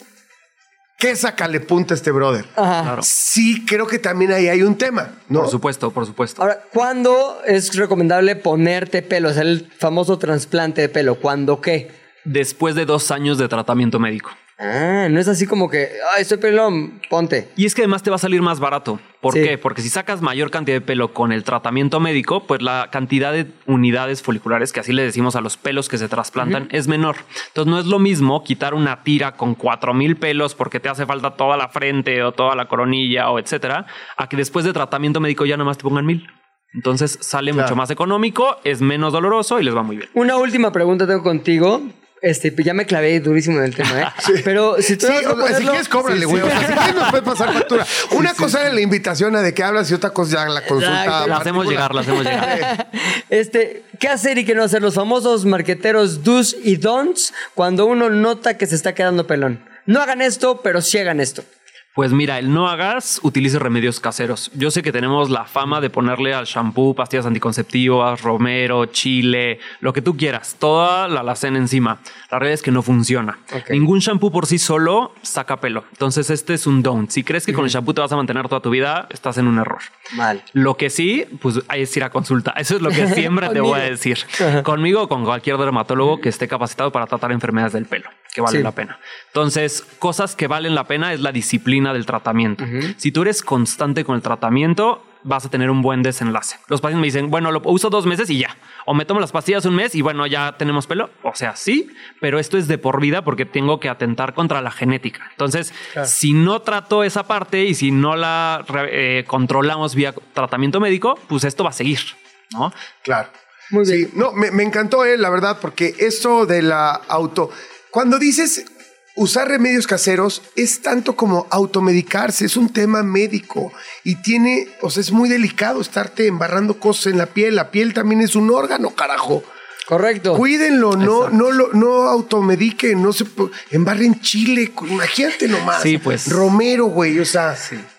¿qué sácale punta a este brother? Ajá. Claro. Sí, creo que también ahí hay un tema, ¿no? Por supuesto, por supuesto. Ahora, ¿cuándo es recomendable ponerte pelo? O sea, el famoso trasplante de pelo. ¿Cuándo qué? Después de dos años de tratamiento médico. Ah, no es así como que, ay, estoy pelón, ponte. Y es que además te va a salir más barato. ¿Por Sí. qué? Porque si sacas mayor cantidad de pelo con el tratamiento médico, pues la cantidad de unidades foliculares, que así le decimos a los pelos que se trasplantan, es menor. Entonces no es lo mismo quitar una tira con cuatro mil pelos porque te hace falta toda la frente o toda la coronilla o etcétera, a que después de tratamiento médico ya nada más te pongan mil. Entonces sale Claro. mucho más económico, es menos doloroso y les va muy bien. Una última pregunta tengo contigo. Este, pues ya me clavé durísimo en el tema, ¿eh? Pero si tú Sí, vas a o sea, si ponerlo- quieres, cóbrale, Sí, güey. sí. O sea, si quieres, nos puedes pasar factura. Una cosa era la invitación a de qué hablas y otra cosa ya la consulta. Exacto. La hacemos particular. llegar, la hacemos llegar. Este, ¿qué hacer y qué no hacer? Los famosos marqueteros do's y don'ts cuando uno nota que se está quedando pelón. No hagan esto, pero sí hagan esto. Pues mira, el no hagas, utilice remedios caseros. Yo sé que tenemos la fama de ponerle al shampoo pastillas anticonceptivas, romero, chile, lo que tú quieras, toda la alacena encima. La realidad es que no funciona. Ok. Ningún shampoo por sí solo saca pelo. Entonces este es un don't. Si crees que con el shampoo te vas a mantener toda tu vida, estás en un error. Mal. Lo que sí, pues es ir a consulta. Eso es lo que siempre te voy a decir. Conmigo o con cualquier dermatólogo que esté capacitado para tratar enfermedades del pelo, que vale Sí. la pena. Entonces, cosas que valen la pena es la disciplina del tratamiento. Si tú eres constante con el tratamiento, vas a tener un buen desenlace. Los pacientes me dicen, bueno, lo uso dos meses y ya. O me tomo las pastillas un mes y bueno, ya tenemos pelo. O sea, sí, pero esto es de por vida porque tengo que atentar contra la genética. Entonces, si no trato esa parte y si no la eh, controlamos vía tratamiento médico, pues esto va a seguir, ¿no? Claro. Muy Sí, bien. no, me, me encantó, eh, la verdad, porque esto de la auto. Cuando dices usar remedios caseros, es tanto como automedicarse, es un tema médico y tiene, o sea, es muy delicado estarte embarrando cosas en la piel. La piel también es un órgano, carajo. Correcto. Cuídenlo, no, no, lo, no automediquen, no se po- embarren chile, cu- imagínate nomás. Sí, pues. Romero, güey, o sea,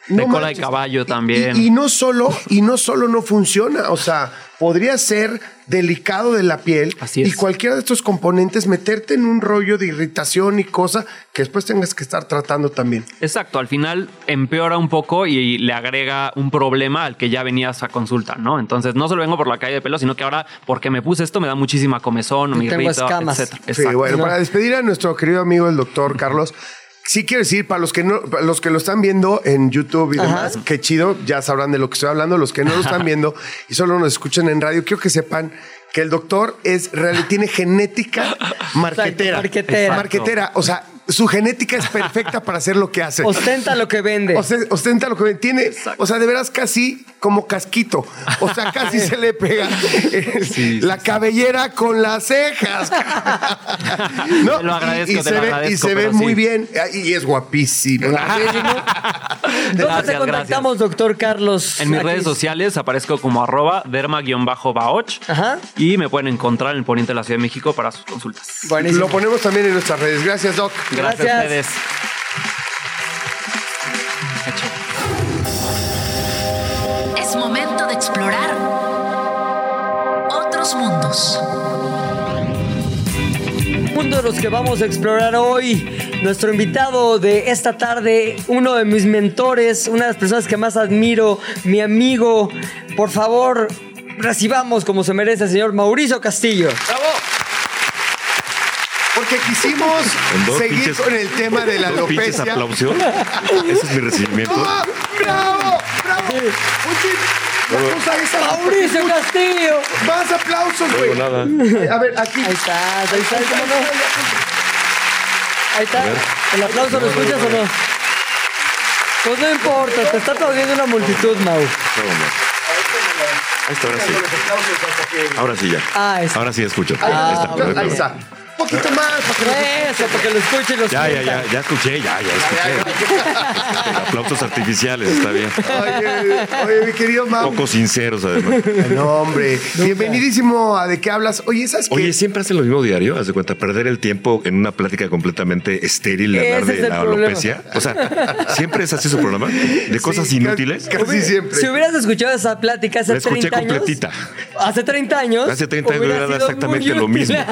De No cola manches. de caballo también. Y, y no solo, y no solo no funciona, o sea, podría ser delicado de la piel. Así es. Y cualquiera de estos componentes meterte en un rollo de irritación y cosa que después tengas que estar tratando también. Exacto, al final empeora un poco y, y le agrega un problema al que ya venías a consulta, ¿no? Entonces no solo vengo por la caída de pelo, sino que ahora porque me puse esto me da muchísima comezón, me tengo irrita, escamas. etcétera. Sí, Exacto. bueno, No. para despedir a nuestro querido amigo el doctor Carlos, sí quiero decir, para los que no, para los que lo están viendo en YouTube y Ajá. demás, qué chido, ya sabrán de lo que estoy hablando. Los que no lo están viendo y solo nos escuchan en radio, quiero que sepan que el doctor es real, tiene genética marquetera. marquetera. Marquetera. O sea, su genética es perfecta para hacer lo que hace. Ostenta lo que vende. Oste- Ostenta lo que ve. Tiene, o sea, de veras casi como casquito. O sea, casi se le pega eh, la cabellera con las cejas. ¿No? Te lo agradezco, y, y te se lo ve, agradezco, y se ve pero muy sí. bien. Y es guapísimo. ¿Dónde Gracias, te contactamos, doctor Carlos? En mis Aquí. redes sociales aparezco como arroba derma-baoch Ajá. y me pueden encontrar en el Poniente de la Ciudad de México para sus consultas. Buenísimo. Lo ponemos también en nuestras redes. Gracias, Doc. Gracias, Gracias. a ustedes. Es momento de explorar otros mundos. Mundo de los que vamos a explorar hoy. Nuestro invitado de esta tarde, uno de mis mentores, una de las personas que más admiro, mi amigo. Por favor, recibamos como se merece el señor Mauricio Castillo. ¡Bravo! Porque quisimos Con dos seguir pinches- con el tema de la Dos pinches alopecia. aplausos. Ese es mi recibimiento. ¡Ah! ¡Bravo! ¡Bravo! Oye, la cosa esa. Mauricio Castillo. Más aplausos, No güey. digo nada. A ver, aquí. Ahí está, ahí está, ¿cómo no? Ahí está. ¿El aplauso lo escuchas o no? Pues no importa, te está aplaudiendo una multitud, Mau. No, no. Ahí está, ahora sí. Ahora sí ya. Ah, está. Ahora sí escucho. Ah, Ahí está. bueno. Ahí está. Un poquito más. Para que nos- Eso, porque lo escuche y lo Ya, ya, sienta. ya, ya escuché, ya, ya escuché. Aplausos artificiales, está bien. Oye, oye, mi querido Mau. Poco sinceros, además. No, hombre. Bienvenidísimo a ¿De qué hablas? Oye, ¿sabes qué? Oye, siempre hacen lo mismo diario, haz de cuenta, perder el tiempo en una plática completamente estéril, Ese hablar es de el la problema. alopecia. O sea, siempre es así su programa, de cosas Sí, inútiles. Casi, casi siempre. Si hubieras escuchado esa plática hace La escuché treinta años. completita. Hace treinta años. Hace treinta años hubiera era sido exactamente muy lo útil. mismo.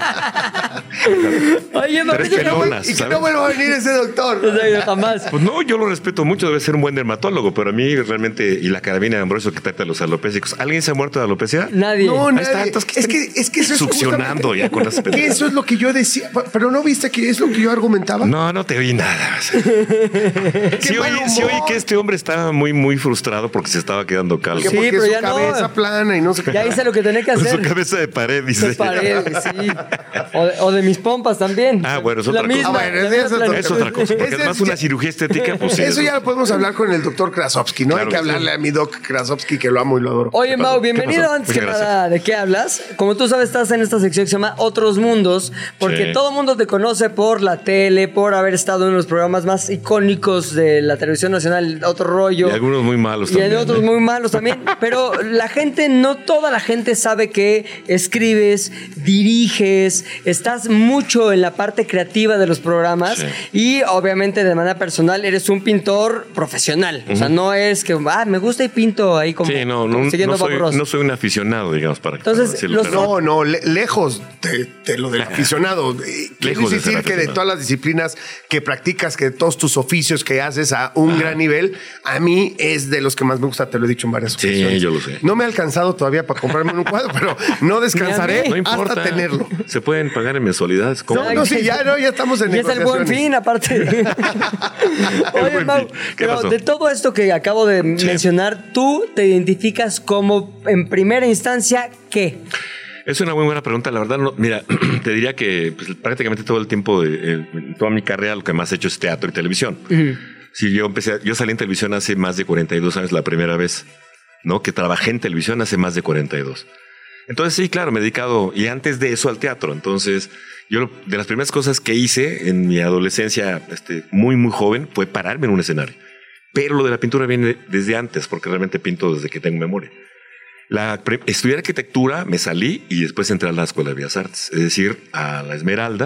Oye, Tres Mauricio, Que no, vuel- pelonas, y que ¿sabes? no vuelva a venir ese doctor. no sé, jamás. Pues no, yo lo respeto mucho, debe ser un buen dermatólogo, pero a mí realmente, y la carabina de Ambrosio que trata a los alopécicos, ¿alguien se ha muerto de alopecia? Nadie. No, Ahí nadie. está, entonces, ¿qué es, que, están es que eso es succionando justamente- ya con las que pendejas? eso es lo que yo decía. Pero ¿no viste que es lo que yo argumentaba? No, no te oí nada. o sea. Sí, mal oí, sí humor. oí que este hombre estaba muy, muy frustrado porque se estaba quedando calvo. Que Sí, porque pero su ya no. cabeza plana y no sé qué. Ya hice lo que tenía que Con su hacer. cabeza de pared, dice. De pared, sí. O de, o de mis pompas también. Ah, bueno, es La otra cosa. misma, Ah, bueno, la eso misma es otra plan- Es otra cosa, porque Ese además es una ya- cirugía estética, pues sí. Eso ya lo podemos hablar con el doctor Krasovsky, ¿no? Claro Hay que que sí. hablarle a mi doc Krasovsky, que lo amo y lo adoro. Oye, pasó? Mau, ¿Qué bienvenido pasó? antes que Muchas nada. ¿De qué hablas? Como tú sabes, estás en esta sección que se llama Otros Mundos, porque Sí. todo el mundo te conoce por la tele, por haber estado en los programas más icónicos de la televisión nacional, Otro Rollo. Y algunos muy malos Y también. en otros ¿eh? muy malos también. Pero la gente, no toda la gente sabe que escribes, diriges, estás mucho en la parte creativa de los programas Sí. y obviamente de manera personal eres un pintor profesional. O sea, no es que, ah, me gusta y pinto ahí como, Sí, no, como no, siguiendo no, soy, Bob Ross. no soy un aficionado, digamos, para Entonces, para decirlo los- claro. No, no, le- lejos de, de lo del aficionado. Eh, Quiero Lejos de decir ser que de aficionado. todas las disciplinas que practicas, que de todos tus oficios que haces a un gran nivel, a mí es de los que más me gusta, te lo he dicho en varias Sí, ocasiones. yo lo sé. No me ha alcanzado todavía para comprarme un cuadro, pero no descansaré Ni a No importa. hasta tenerlo. Se pueden pagar en mensualidades. ¿cómo? No, no, sí, ya, no, ya estamos en Y es el buen negociaciones. fin, aparte. Oye, buen Mau, fin. ¿Qué pero pasó? de todo esto que acabo de mencionar, tú te identificas como, en primera instancia, ¿qué? Es una muy buena pregunta, la verdad. No, mira, te diría que pues, prácticamente todo el tiempo de eh, toda mi carrera lo que más he hecho es teatro y televisión. Sí, yo empecé, yo salí en televisión hace más de cuarenta y dos años la primera vez, ¿no? Que trabajé en televisión hace más de cuarenta y dos. Entonces sí, claro, me he dedicado y antes de eso al teatro. Entonces yo lo- de las primeras cosas que hice en mi adolescencia, este, muy muy joven, fue pararme en un escenario. Pero lo de la pintura viene desde antes, porque realmente pinto desde que tengo memoria. La pre- estudié arquitectura, me salí y después entré a la Escuela de Bellas Artes, es decir, a la Esmeralda.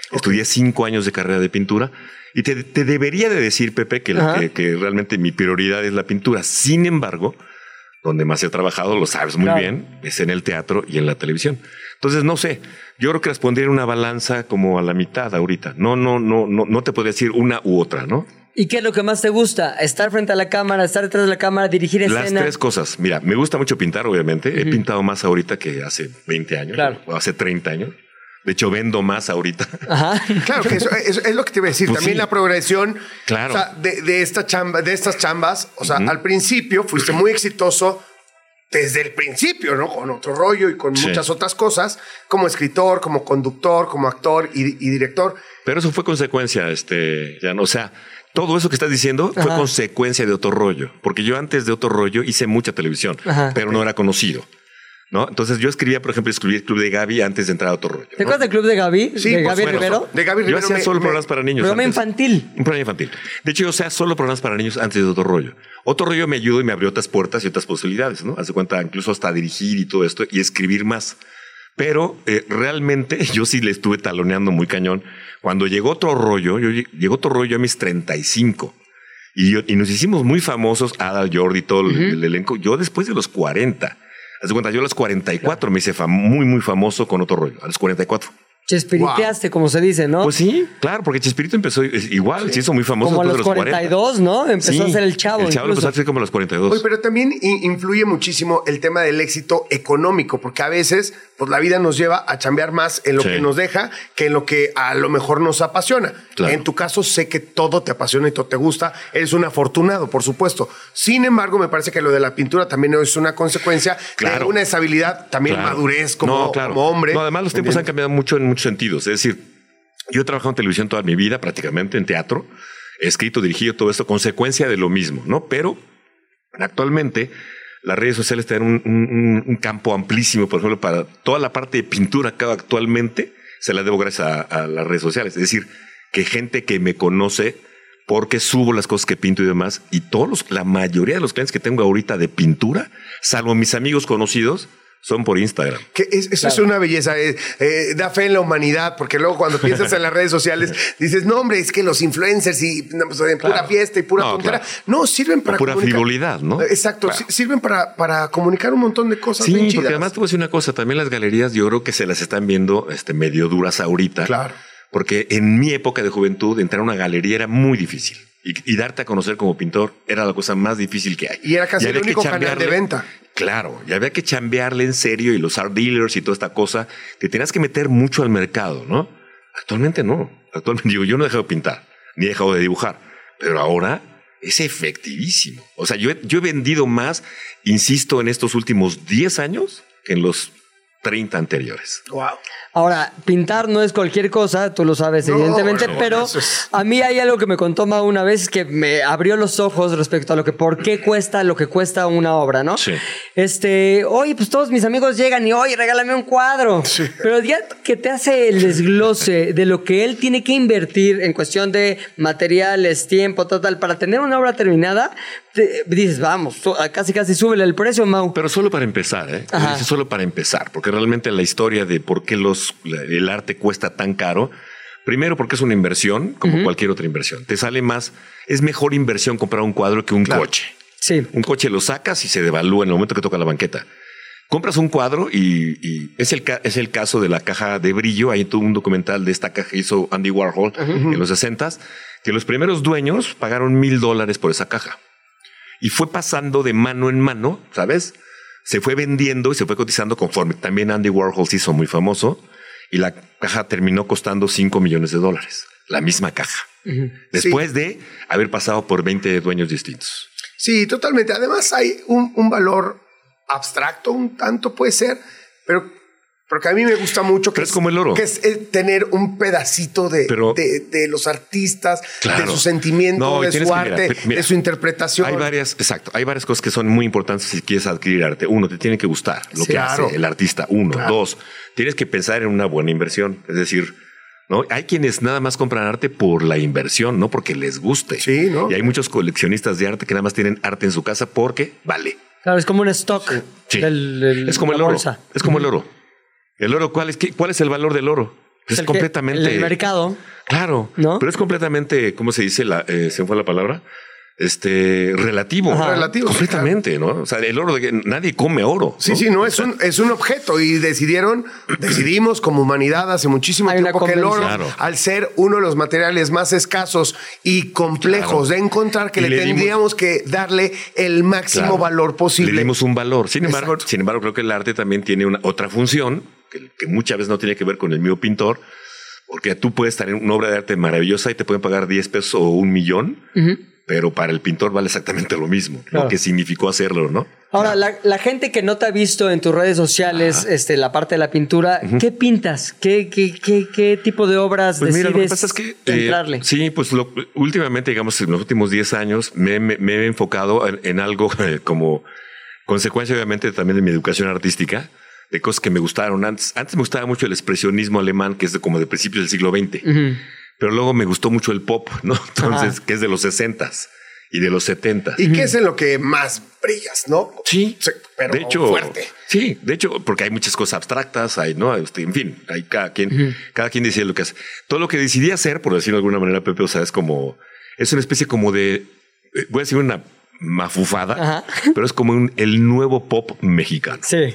Okay. Estudié cinco años de carrera de pintura y te, te debería de decir, Pepe, que, que, que realmente mi prioridad es la pintura. Sin embargo, donde más he trabajado, lo sabes muy claro. bien, es en el teatro y en la televisión. Entonces, no sé, yo creo que las pondría en una balanza como a la mitad ahorita. No, no, no, no, no te podría decir una u otra, ¿no? ¿Y qué es lo que más te gusta? ¿Estar frente a la cámara, estar detrás de la cámara, dirigir escena? Las tres cosas. Mira, me gusta mucho pintar, obviamente. Uh-huh. He pintado más ahorita que hace veinte años, claro. o hace treinta años. De hecho, vendo más ahorita. Ajá. Claro, que eso, eso es lo que te iba a decir. Pues también sí. la progresión claro. o sea, de, de, esta chamba, de estas chambas. O sea, uh-huh. al principio fuiste muy exitoso desde el principio, ¿no? Con Otro Rollo y con sí. muchas otras cosas, como escritor, como conductor, como actor y, y director. Pero eso fue consecuencia, este, ya no, o sea... Todo eso que estás diciendo Ajá. fue consecuencia de Otro Rollo, porque yo antes de Otro Rollo hice mucha televisión, Ajá. pero no era conocido, ¿no? Entonces yo escribía, por ejemplo, escribí el Club de Gaby antes de entrar a Otro Rollo. ¿Te acuerdas del Club de Gaby? Sí, ¿De Gaby bueno, Rivero? De Gaby Rivero. Yo hacía me, solo me, programas para niños. Programa antes. infantil. Un programa infantil. De hecho, yo hacía solo programas para niños antes de Otro Rollo. Otro Rollo me ayudó y me abrió otras puertas y otras posibilidades, ¿no? Haz de cuenta, incluso hasta dirigir y todo esto y escribir más. Pero eh, realmente yo sí le estuve taloneando muy cañón. Cuando llegó Otro Rollo, yo llegó Otro Rollo a mis treinta y cinco. Y, yo, y nos hicimos muy famosos, Adal, Jordi, todo el, uh-huh. el elenco. Yo después de los cuarenta. Haz de cuenta, yo a los cuarenta y cuatro claro. me hice fam- muy, muy famoso con Otro Rollo. A los cuarenta y cuatro. Chespiriteaste, wow. como se dice, ¿no? Pues sí, claro, porque Chespirito empezó igual, sí. se hizo muy famoso. Como a los, los cuarenta y dos, ¿no? Empezó sí, a ser el Chavo. El Chavo incluso. empezó a ser como a los cuarenta y dos. Oye, pero también influye muchísimo el tema del éxito económico, porque a veces pues, la vida nos lleva a chambear más en lo sí. que nos deja que en lo que a lo mejor nos apasiona. Claro. En tu caso, sé que todo te apasiona y todo te gusta. Eres un afortunado, por supuesto. Sin embargo, me parece que lo de la pintura también es una consecuencia claro. de una estabilidad, también claro. madurez como, no, claro. como hombre. No, además, los tiempos han cambiado mucho en muchos sentidos. Es decir, yo he trabajado en televisión toda mi vida, prácticamente en teatro, he escrito, dirigido todo esto, consecuencia de lo mismo, ¿no? Pero actualmente las redes sociales tienen un, un, un campo amplísimo, por ejemplo, para toda la parte de pintura que hago actualmente, se la debo gracias a, a las redes sociales. Es decir, que gente que me conoce porque subo las cosas que pinto y demás, y todos los, la mayoría de los clientes que tengo ahorita de pintura, salvo mis amigos conocidos, son por Instagram. Que es, eso claro. es una belleza. Eh, eh, da fe en la humanidad, porque luego cuando piensas en las redes sociales dices, no, hombre, es que los influencers y no, pues, en claro. pura fiesta y pura no, tontera. Claro. No, sirven para. O pura comunicar. frivolidad, ¿no? Exacto. Claro. Sirven para, para comunicar un montón de cosas. Sí, bien porque chidas. además te voy a decir una cosa. También las galerías, yo creo que se las están viendo este, medio duras ahorita. Claro. Porque en mi época de juventud, entrar a una galería era muy difícil. Y, y darte a conocer como pintor era la cosa más difícil que hay. Y era casi y el único canal de venta. Claro, y había que chambearle en serio y los art dealers y toda esta cosa. Te tenías que meter mucho al mercado, ¿no? Actualmente no. Actualmente digo, yo no he dejado de pintar, ni he dejado de dibujar. Pero ahora es efectivísimo. O sea, yo he, yo he vendido más, insisto, en estos últimos diez años que en los treinta anteriores. Wow. Ahora, pintar no es cualquier cosa, tú lo sabes, no, evidentemente, no, pero es... a mí hay algo que me contó Ma una vez que me abrió los ojos respecto a lo que, por qué cuesta lo que cuesta una obra, ¿no? Sí. Este, oye, pues todos mis amigos llegan y, oye, regálame un cuadro. Sí. Pero el día que te hace el desglose de lo que él tiene que invertir en cuestión de materiales, tiempo, total, para tener una obra terminada, te, dices, vamos, casi casi súbele el precio, Mau. Pero solo para empezar, ¿eh? Dice solo para empezar, porque realmente la historia de por qué los el arte cuesta tan caro. Primero porque es una inversión, como uh-huh. cualquier otra inversión. Te sale más, es mejor inversión comprar un cuadro que un claro. coche. Sí. Un coche lo sacas y se devalúa en el momento que toca la banqueta. Compras un cuadro y, y es, el, es el caso de la caja de brillo. Hay todo un documental de esta caja que hizo Andy Warhol uh-huh. en los sesentas, que los primeros dueños pagaron mil dólares por esa caja. Y fue pasando de mano en mano, ¿sabes? Se fue vendiendo y se fue cotizando conforme también Andy Warhol se hizo muy famoso. Y la caja terminó costando cinco millones de dólares. La misma caja. Uh-huh. Después sí. de haber pasado por veinte dueños distintos. Sí, totalmente. Además hay un, un valor abstracto, un tanto puede ser, pero porque a mí me gusta mucho que, es, es como el oro. Que es el tener un pedacito de, pero, de, de los artistas, claro. de su sentimiento, no, de su arte, mira, mira, de su interpretación. Hay varias, exacto, hay varias cosas que son muy importantes si quieres adquirir arte. Uno, te tiene que gustar lo sí, que claro. hace el artista. Uno. Claro. Dos, tienes que pensar en una buena inversión. Es decir, ¿no? Hay quienes nada más compran arte por la inversión, no porque les guste. Sí, ¿no? Y hay muchos coleccionistas de arte que nada más tienen arte en su casa porque vale. Claro, es como un stock. Sí. Del, del, es como el oro. Bolsa. Es como uh-huh. el oro. El oro, ¿cuál es, qué, ¿cuál es el valor del oro? Es El que- completamente... el mercado. Claro, ¿No? pero es completamente, ¿cómo se dice? La, eh, ¿Se me fue la palabra? Este, relativo. Ajá. Relativo, Completamente, ¿no? O sea, el oro, de, nadie come oro. Sí, ¿no? sí, no, es un, es un objeto y decidieron, decidimos como humanidad hace muchísimo Hay una tiempo que el oro, convención. Claro. al ser uno de los materiales más escasos y complejos Claro. de encontrar, que Y le, le dimos- tendríamos que darle el máximo Claro. valor posible. Le dimos un valor. Sin embargo, Exacto. sin embargo, creo que el arte también tiene una otra función que, que muchas veces no tiene que ver con el mismo pintor, porque tú puedes tener una obra de arte maravillosa y te pueden pagar diez pesos o un millón, pero para el pintor vale exactamente lo mismo, Claro. lo que significó hacerlo, ¿no? Ahora, la, la gente que no te ha visto en tus redes sociales, este, la parte de la pintura, ¿qué pintas? ¿Qué, qué, qué, qué tipo de obras Pues mira, decides lo que pasa es que eh, entrarle? sí, pues lo- últimamente, digamos, en los últimos diez años me, me- me he enfocado en, en algo eh, como consecuencia, obviamente, también de mi educación artística, de cosas que me gustaron. Antes, antes me gustaba mucho el expresionismo alemán, que es de, como de principios del siglo veinte, pero luego me gustó mucho el pop, ¿no? Entonces, que es de los sesentas y de los setentas. ¿Y qué es en lo que más brillas, no? Sí, pero de hecho, fuerte. sí, de hecho, porque hay muchas cosas abstractas, hay, ¿no? Este, en fin, hay cada quien, cada quien decide lo que hace. Todo lo que decidí hacer, por decirlo de alguna manera, Pepe, o sea, es como, es una especie como de, eh, voy a decir una mafufada, Ajá. pero es como un, el nuevo pop mexicano. Sí.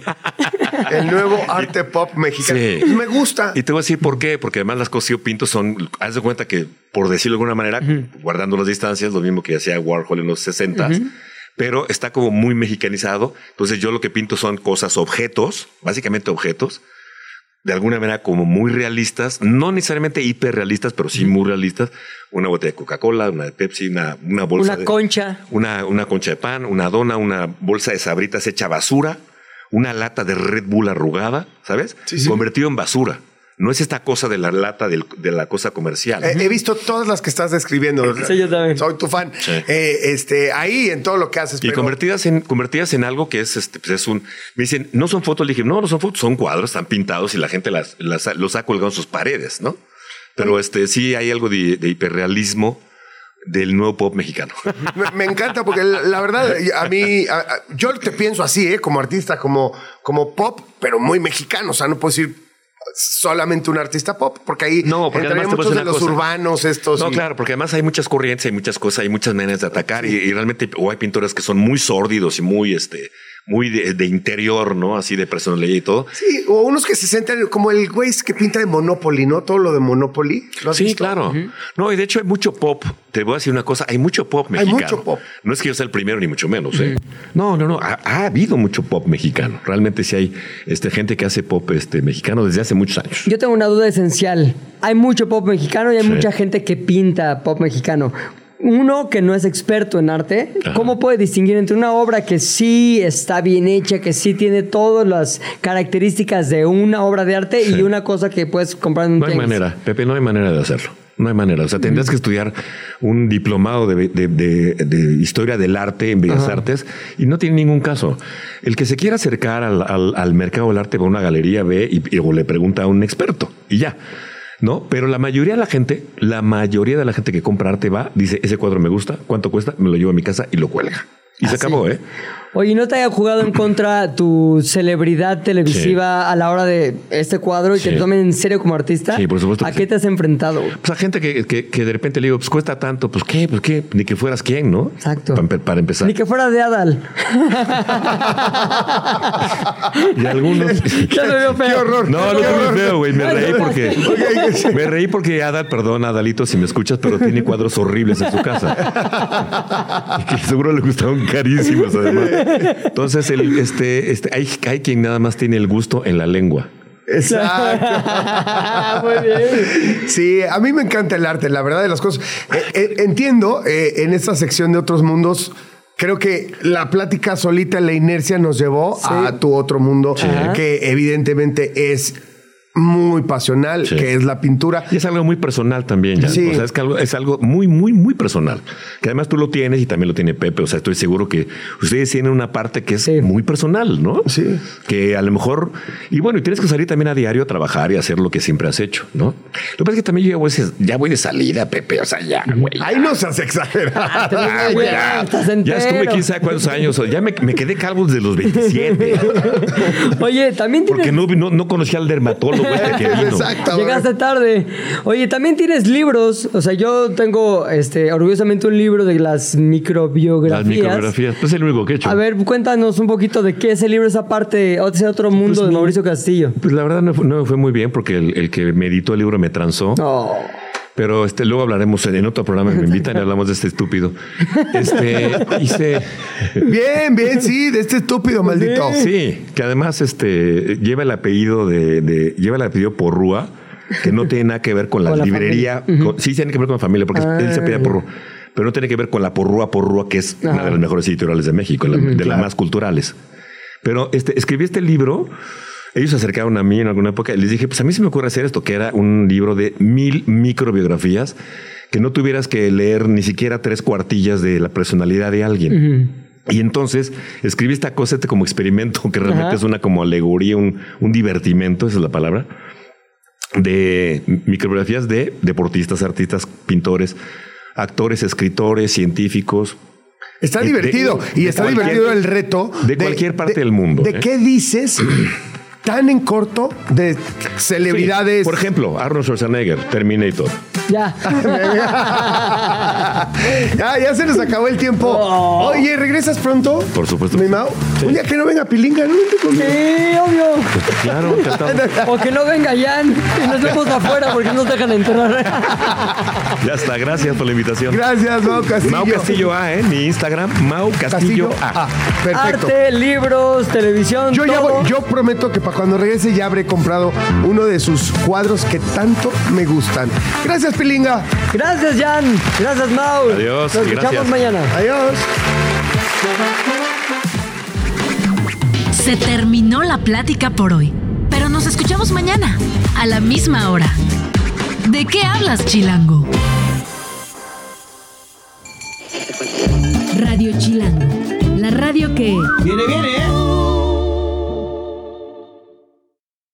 El nuevo arte pop mexicano. Sí. Me gusta. Y te voy a decir por qué, porque además las cosas que yo pinto son, haz de cuenta que, por decirlo de alguna manera, guardando las distancias, lo mismo que hacía Warhol en los sesentas, pero está como muy mexicanizado. Entonces yo lo que pinto son cosas, objetos, básicamente objetos, de alguna manera como muy realistas, no necesariamente hiperrealistas, pero sí muy realistas. Una botella de Coca-Cola, una de Pepsi, una, una bolsa Una de... concha. Una, una concha de pan, una dona, una bolsa de sabritas hecha basura, una lata de Red Bull arrugada, ¿sabes? Sí, sí. Convertido en basura. No es esta cosa de la lata del- de la cosa comercial. Eh, he visto todas las que estás describiendo. Sí, yo también. Soy tu fan. Sí. Eh, este, ahí en todo lo que haces. Y pero- convertidas en, convertidas en algo que es, este, pues es un... Me dicen, no son fotos. Le dije, no, no son fotos, son cuadros, están pintados y la gente las, las- los ha colgado en sus paredes, ¿no? Pero este, sí hay algo de, de hiperrealismo del nuevo pop mexicano. Me, me encanta porque la, la verdad, a mí, a- a- yo te pienso así, ¿eh? Como artista, como, como pop, pero muy mexicano. O sea, no puedo decir solamente un artista pop, porque ahí No, porque entrarían además te voy a muchos de decir una los cosa. urbanos estos. No, y- claro, porque además hay muchas corrientes, hay muchas cosas, hay muchas maneras de atacar y, y realmente o hay pintores que son muy sórdidos y muy, este, muy de, de interior, ¿no? Así de personalidad y todo. Sí, o unos que se centran como el güey que pinta de Monopoly, ¿no? Todo lo de Monopoly. ¿Lo has Sí, visto? claro. No, y de hecho hay mucho pop. Te voy a decir una cosa, hay mucho pop Hay mexicano. mucho pop. No es que yo sea el primero ni mucho menos, ¿eh? No, no, no. Ha, ha habido mucho pop mexicano. Realmente sí hay este, gente que hace pop este, mexicano desde hace muchos años. Yo tengo una duda esencial. Hay mucho pop mexicano y hay Sí. mucha gente que pinta pop mexicano. Uno que no es experto en arte, Ajá. ¿cómo puede distinguir entre una obra que sí está bien hecha, que sí tiene todas las características de una obra de arte y una cosa que puedes comprar en un No hay tianguis? manera, Pepe, no hay manera de hacerlo. No hay manera. O sea, tendrías que estudiar un diplomado de, de- de- de historia del arte en Bellas Artes y no tiene ningún caso. El que se quiera acercar al, al- al mercado del arte va a una galería, ve y, y o le pregunta a un experto y ya. ¿No? Pero la mayoría de la gente, la mayoría de la gente que compra arte va, dice, ese cuadro me gusta, ¿cuánto cuesta? Me lo llevo a mi casa y lo cuelga. Y se Ah, sí. acabó, ¿eh? Oye, ¿no te haya jugado en contra tu celebridad televisiva a la hora de este cuadro y Sí. te tomen en serio como artista? Sí, por supuesto ¿A que qué sí. te has enfrentado? Pues a gente que, que, que de repente le digo, pues cuesta tanto, pues qué, pues qué, ni que fueras quién, ¿no? Exacto. Para, empe- para empezar. Ni que fuera de Adal. Y algunos. Ya me veo feo. Qué horror. No, no Qué fue horror. muy feo, güey. Me reí porque. Oye, Me reí porque Adal, perdón, Adalito, si me escuchas, pero tiene cuadros horribles en su casa. Y que seguro le gustaron carísimos, además. Entonces, el, este, este, hay, hay quien nada más tiene el gusto en la lengua. Exacto. Muy bien. Sí, a mí me encanta el arte, la verdad de las cosas. Eh, eh, entiendo, eh, en esta sección de otros mundos, creo que la plática solita, la inercia nos llevó a tu otro mundo, que evidentemente es muy pasional, Sí. que es la pintura. Y es algo muy personal también, ya. Sí. O sea, es, que algo, es algo muy, muy, muy personal. Que además tú lo tienes y también lo tiene Pepe. O sea, estoy seguro que ustedes tienen una parte que es Sí. muy personal, ¿no? Sí. Que a lo mejor. Y bueno, y tienes que salir también a diario a trabajar y hacer lo que siempre has hecho, ¿no? Lo que pasa es que también yo ya voy, ya voy de salida, Pepe. O sea, ya, güey. Ahí no seas exagerado. Te ves Ay, muy ya, bien, estás ya entero. estuve quién sabe cuántos años. O sea, ya me, me quedé calvo desde los veintisiete. Oye, también tienes... Porque no, no, no conocía al dermatólogo. vuelta que vino. Exacto. Llegaste tarde. Oye, también tienes libros. O sea, yo tengo este, orgullosamente un libro de las microbiografías. Las microbiografías. Pues es el único que he hecho. A ver, cuéntanos un poquito de qué es el libro, esa parte, o ese otro mundo Pues, de Mauricio Castillo. Pues la verdad no, fue- no me fue muy bien porque el, el que me editó el libro me transó. No. Pero este, luego hablaremos en otro programa, me invitan y hablamos de este estúpido. Este, hice... Bien, bien, sí, de este estúpido maldito. Sí, que además este, lleva el apellido de, de- lleva el apellido Porrúa, que no tiene nada que ver con la, Con la librería. con- sí, tiene que ver con la familia, porque él se apellida Porrúa. Pero no tiene que ver con la Porrúa Porrúa, que es una de las mejores editoriales de México, la- de las más culturales. Pero este, escribí este libro. Ellos se acercaron a mí en alguna época y les dije, pues a mí se me ocurre hacer esto, que era un libro de mil microbiografías, que no tuvieras que leer ni siquiera tres cuartillas de la personalidad de alguien. Y entonces escribí esta cosa este como experimento, que realmente Ajá. es una como alegoría, un, un divertimento, esa es la palabra, de microbiografías de deportistas, artistas, pintores, actores, escritores, científicos. Está De- divertido. de- y de está cualquier- divertido el reto. de cualquier parte del mundo, ¿De ¿eh? qué dices tan en corto de celebridades? Sí, por ejemplo, Arnold Schwarzenegger, Terminator. Ya. ya, ya se nos acabó el tiempo. Oye, ¿regresas pronto? Por supuesto. Mi Mau. Un día que no venga Pilinga, ¿no? Vente conmigo. Sí, obvio. Claro, encantado. O que no venga Jan y nos vemos afuera porque no nos dejan entrar. Ya está, gracias por la invitación. Gracias, Mau Castillo. Mau Castillo A, ¿eh? Mi Instagram, Mau Castillo, Castillo. A. Ah, perfecto. Arte, libros, televisión, Yo, ya todo. voy- yo prometo que para cuando regrese ya habré comprado uno de sus cuadros que tanto me gustan. Gracias, Pilinga. Gracias, Jan. Gracias, Mau. Adiós Nos y escuchamos gracias. mañana. Adiós. Se terminó la plática por hoy, pero nos escuchamos mañana, a la misma hora. ¿De qué hablas, Chilango? Radio Chilango, la radio que... Viene, viene, ¿eh?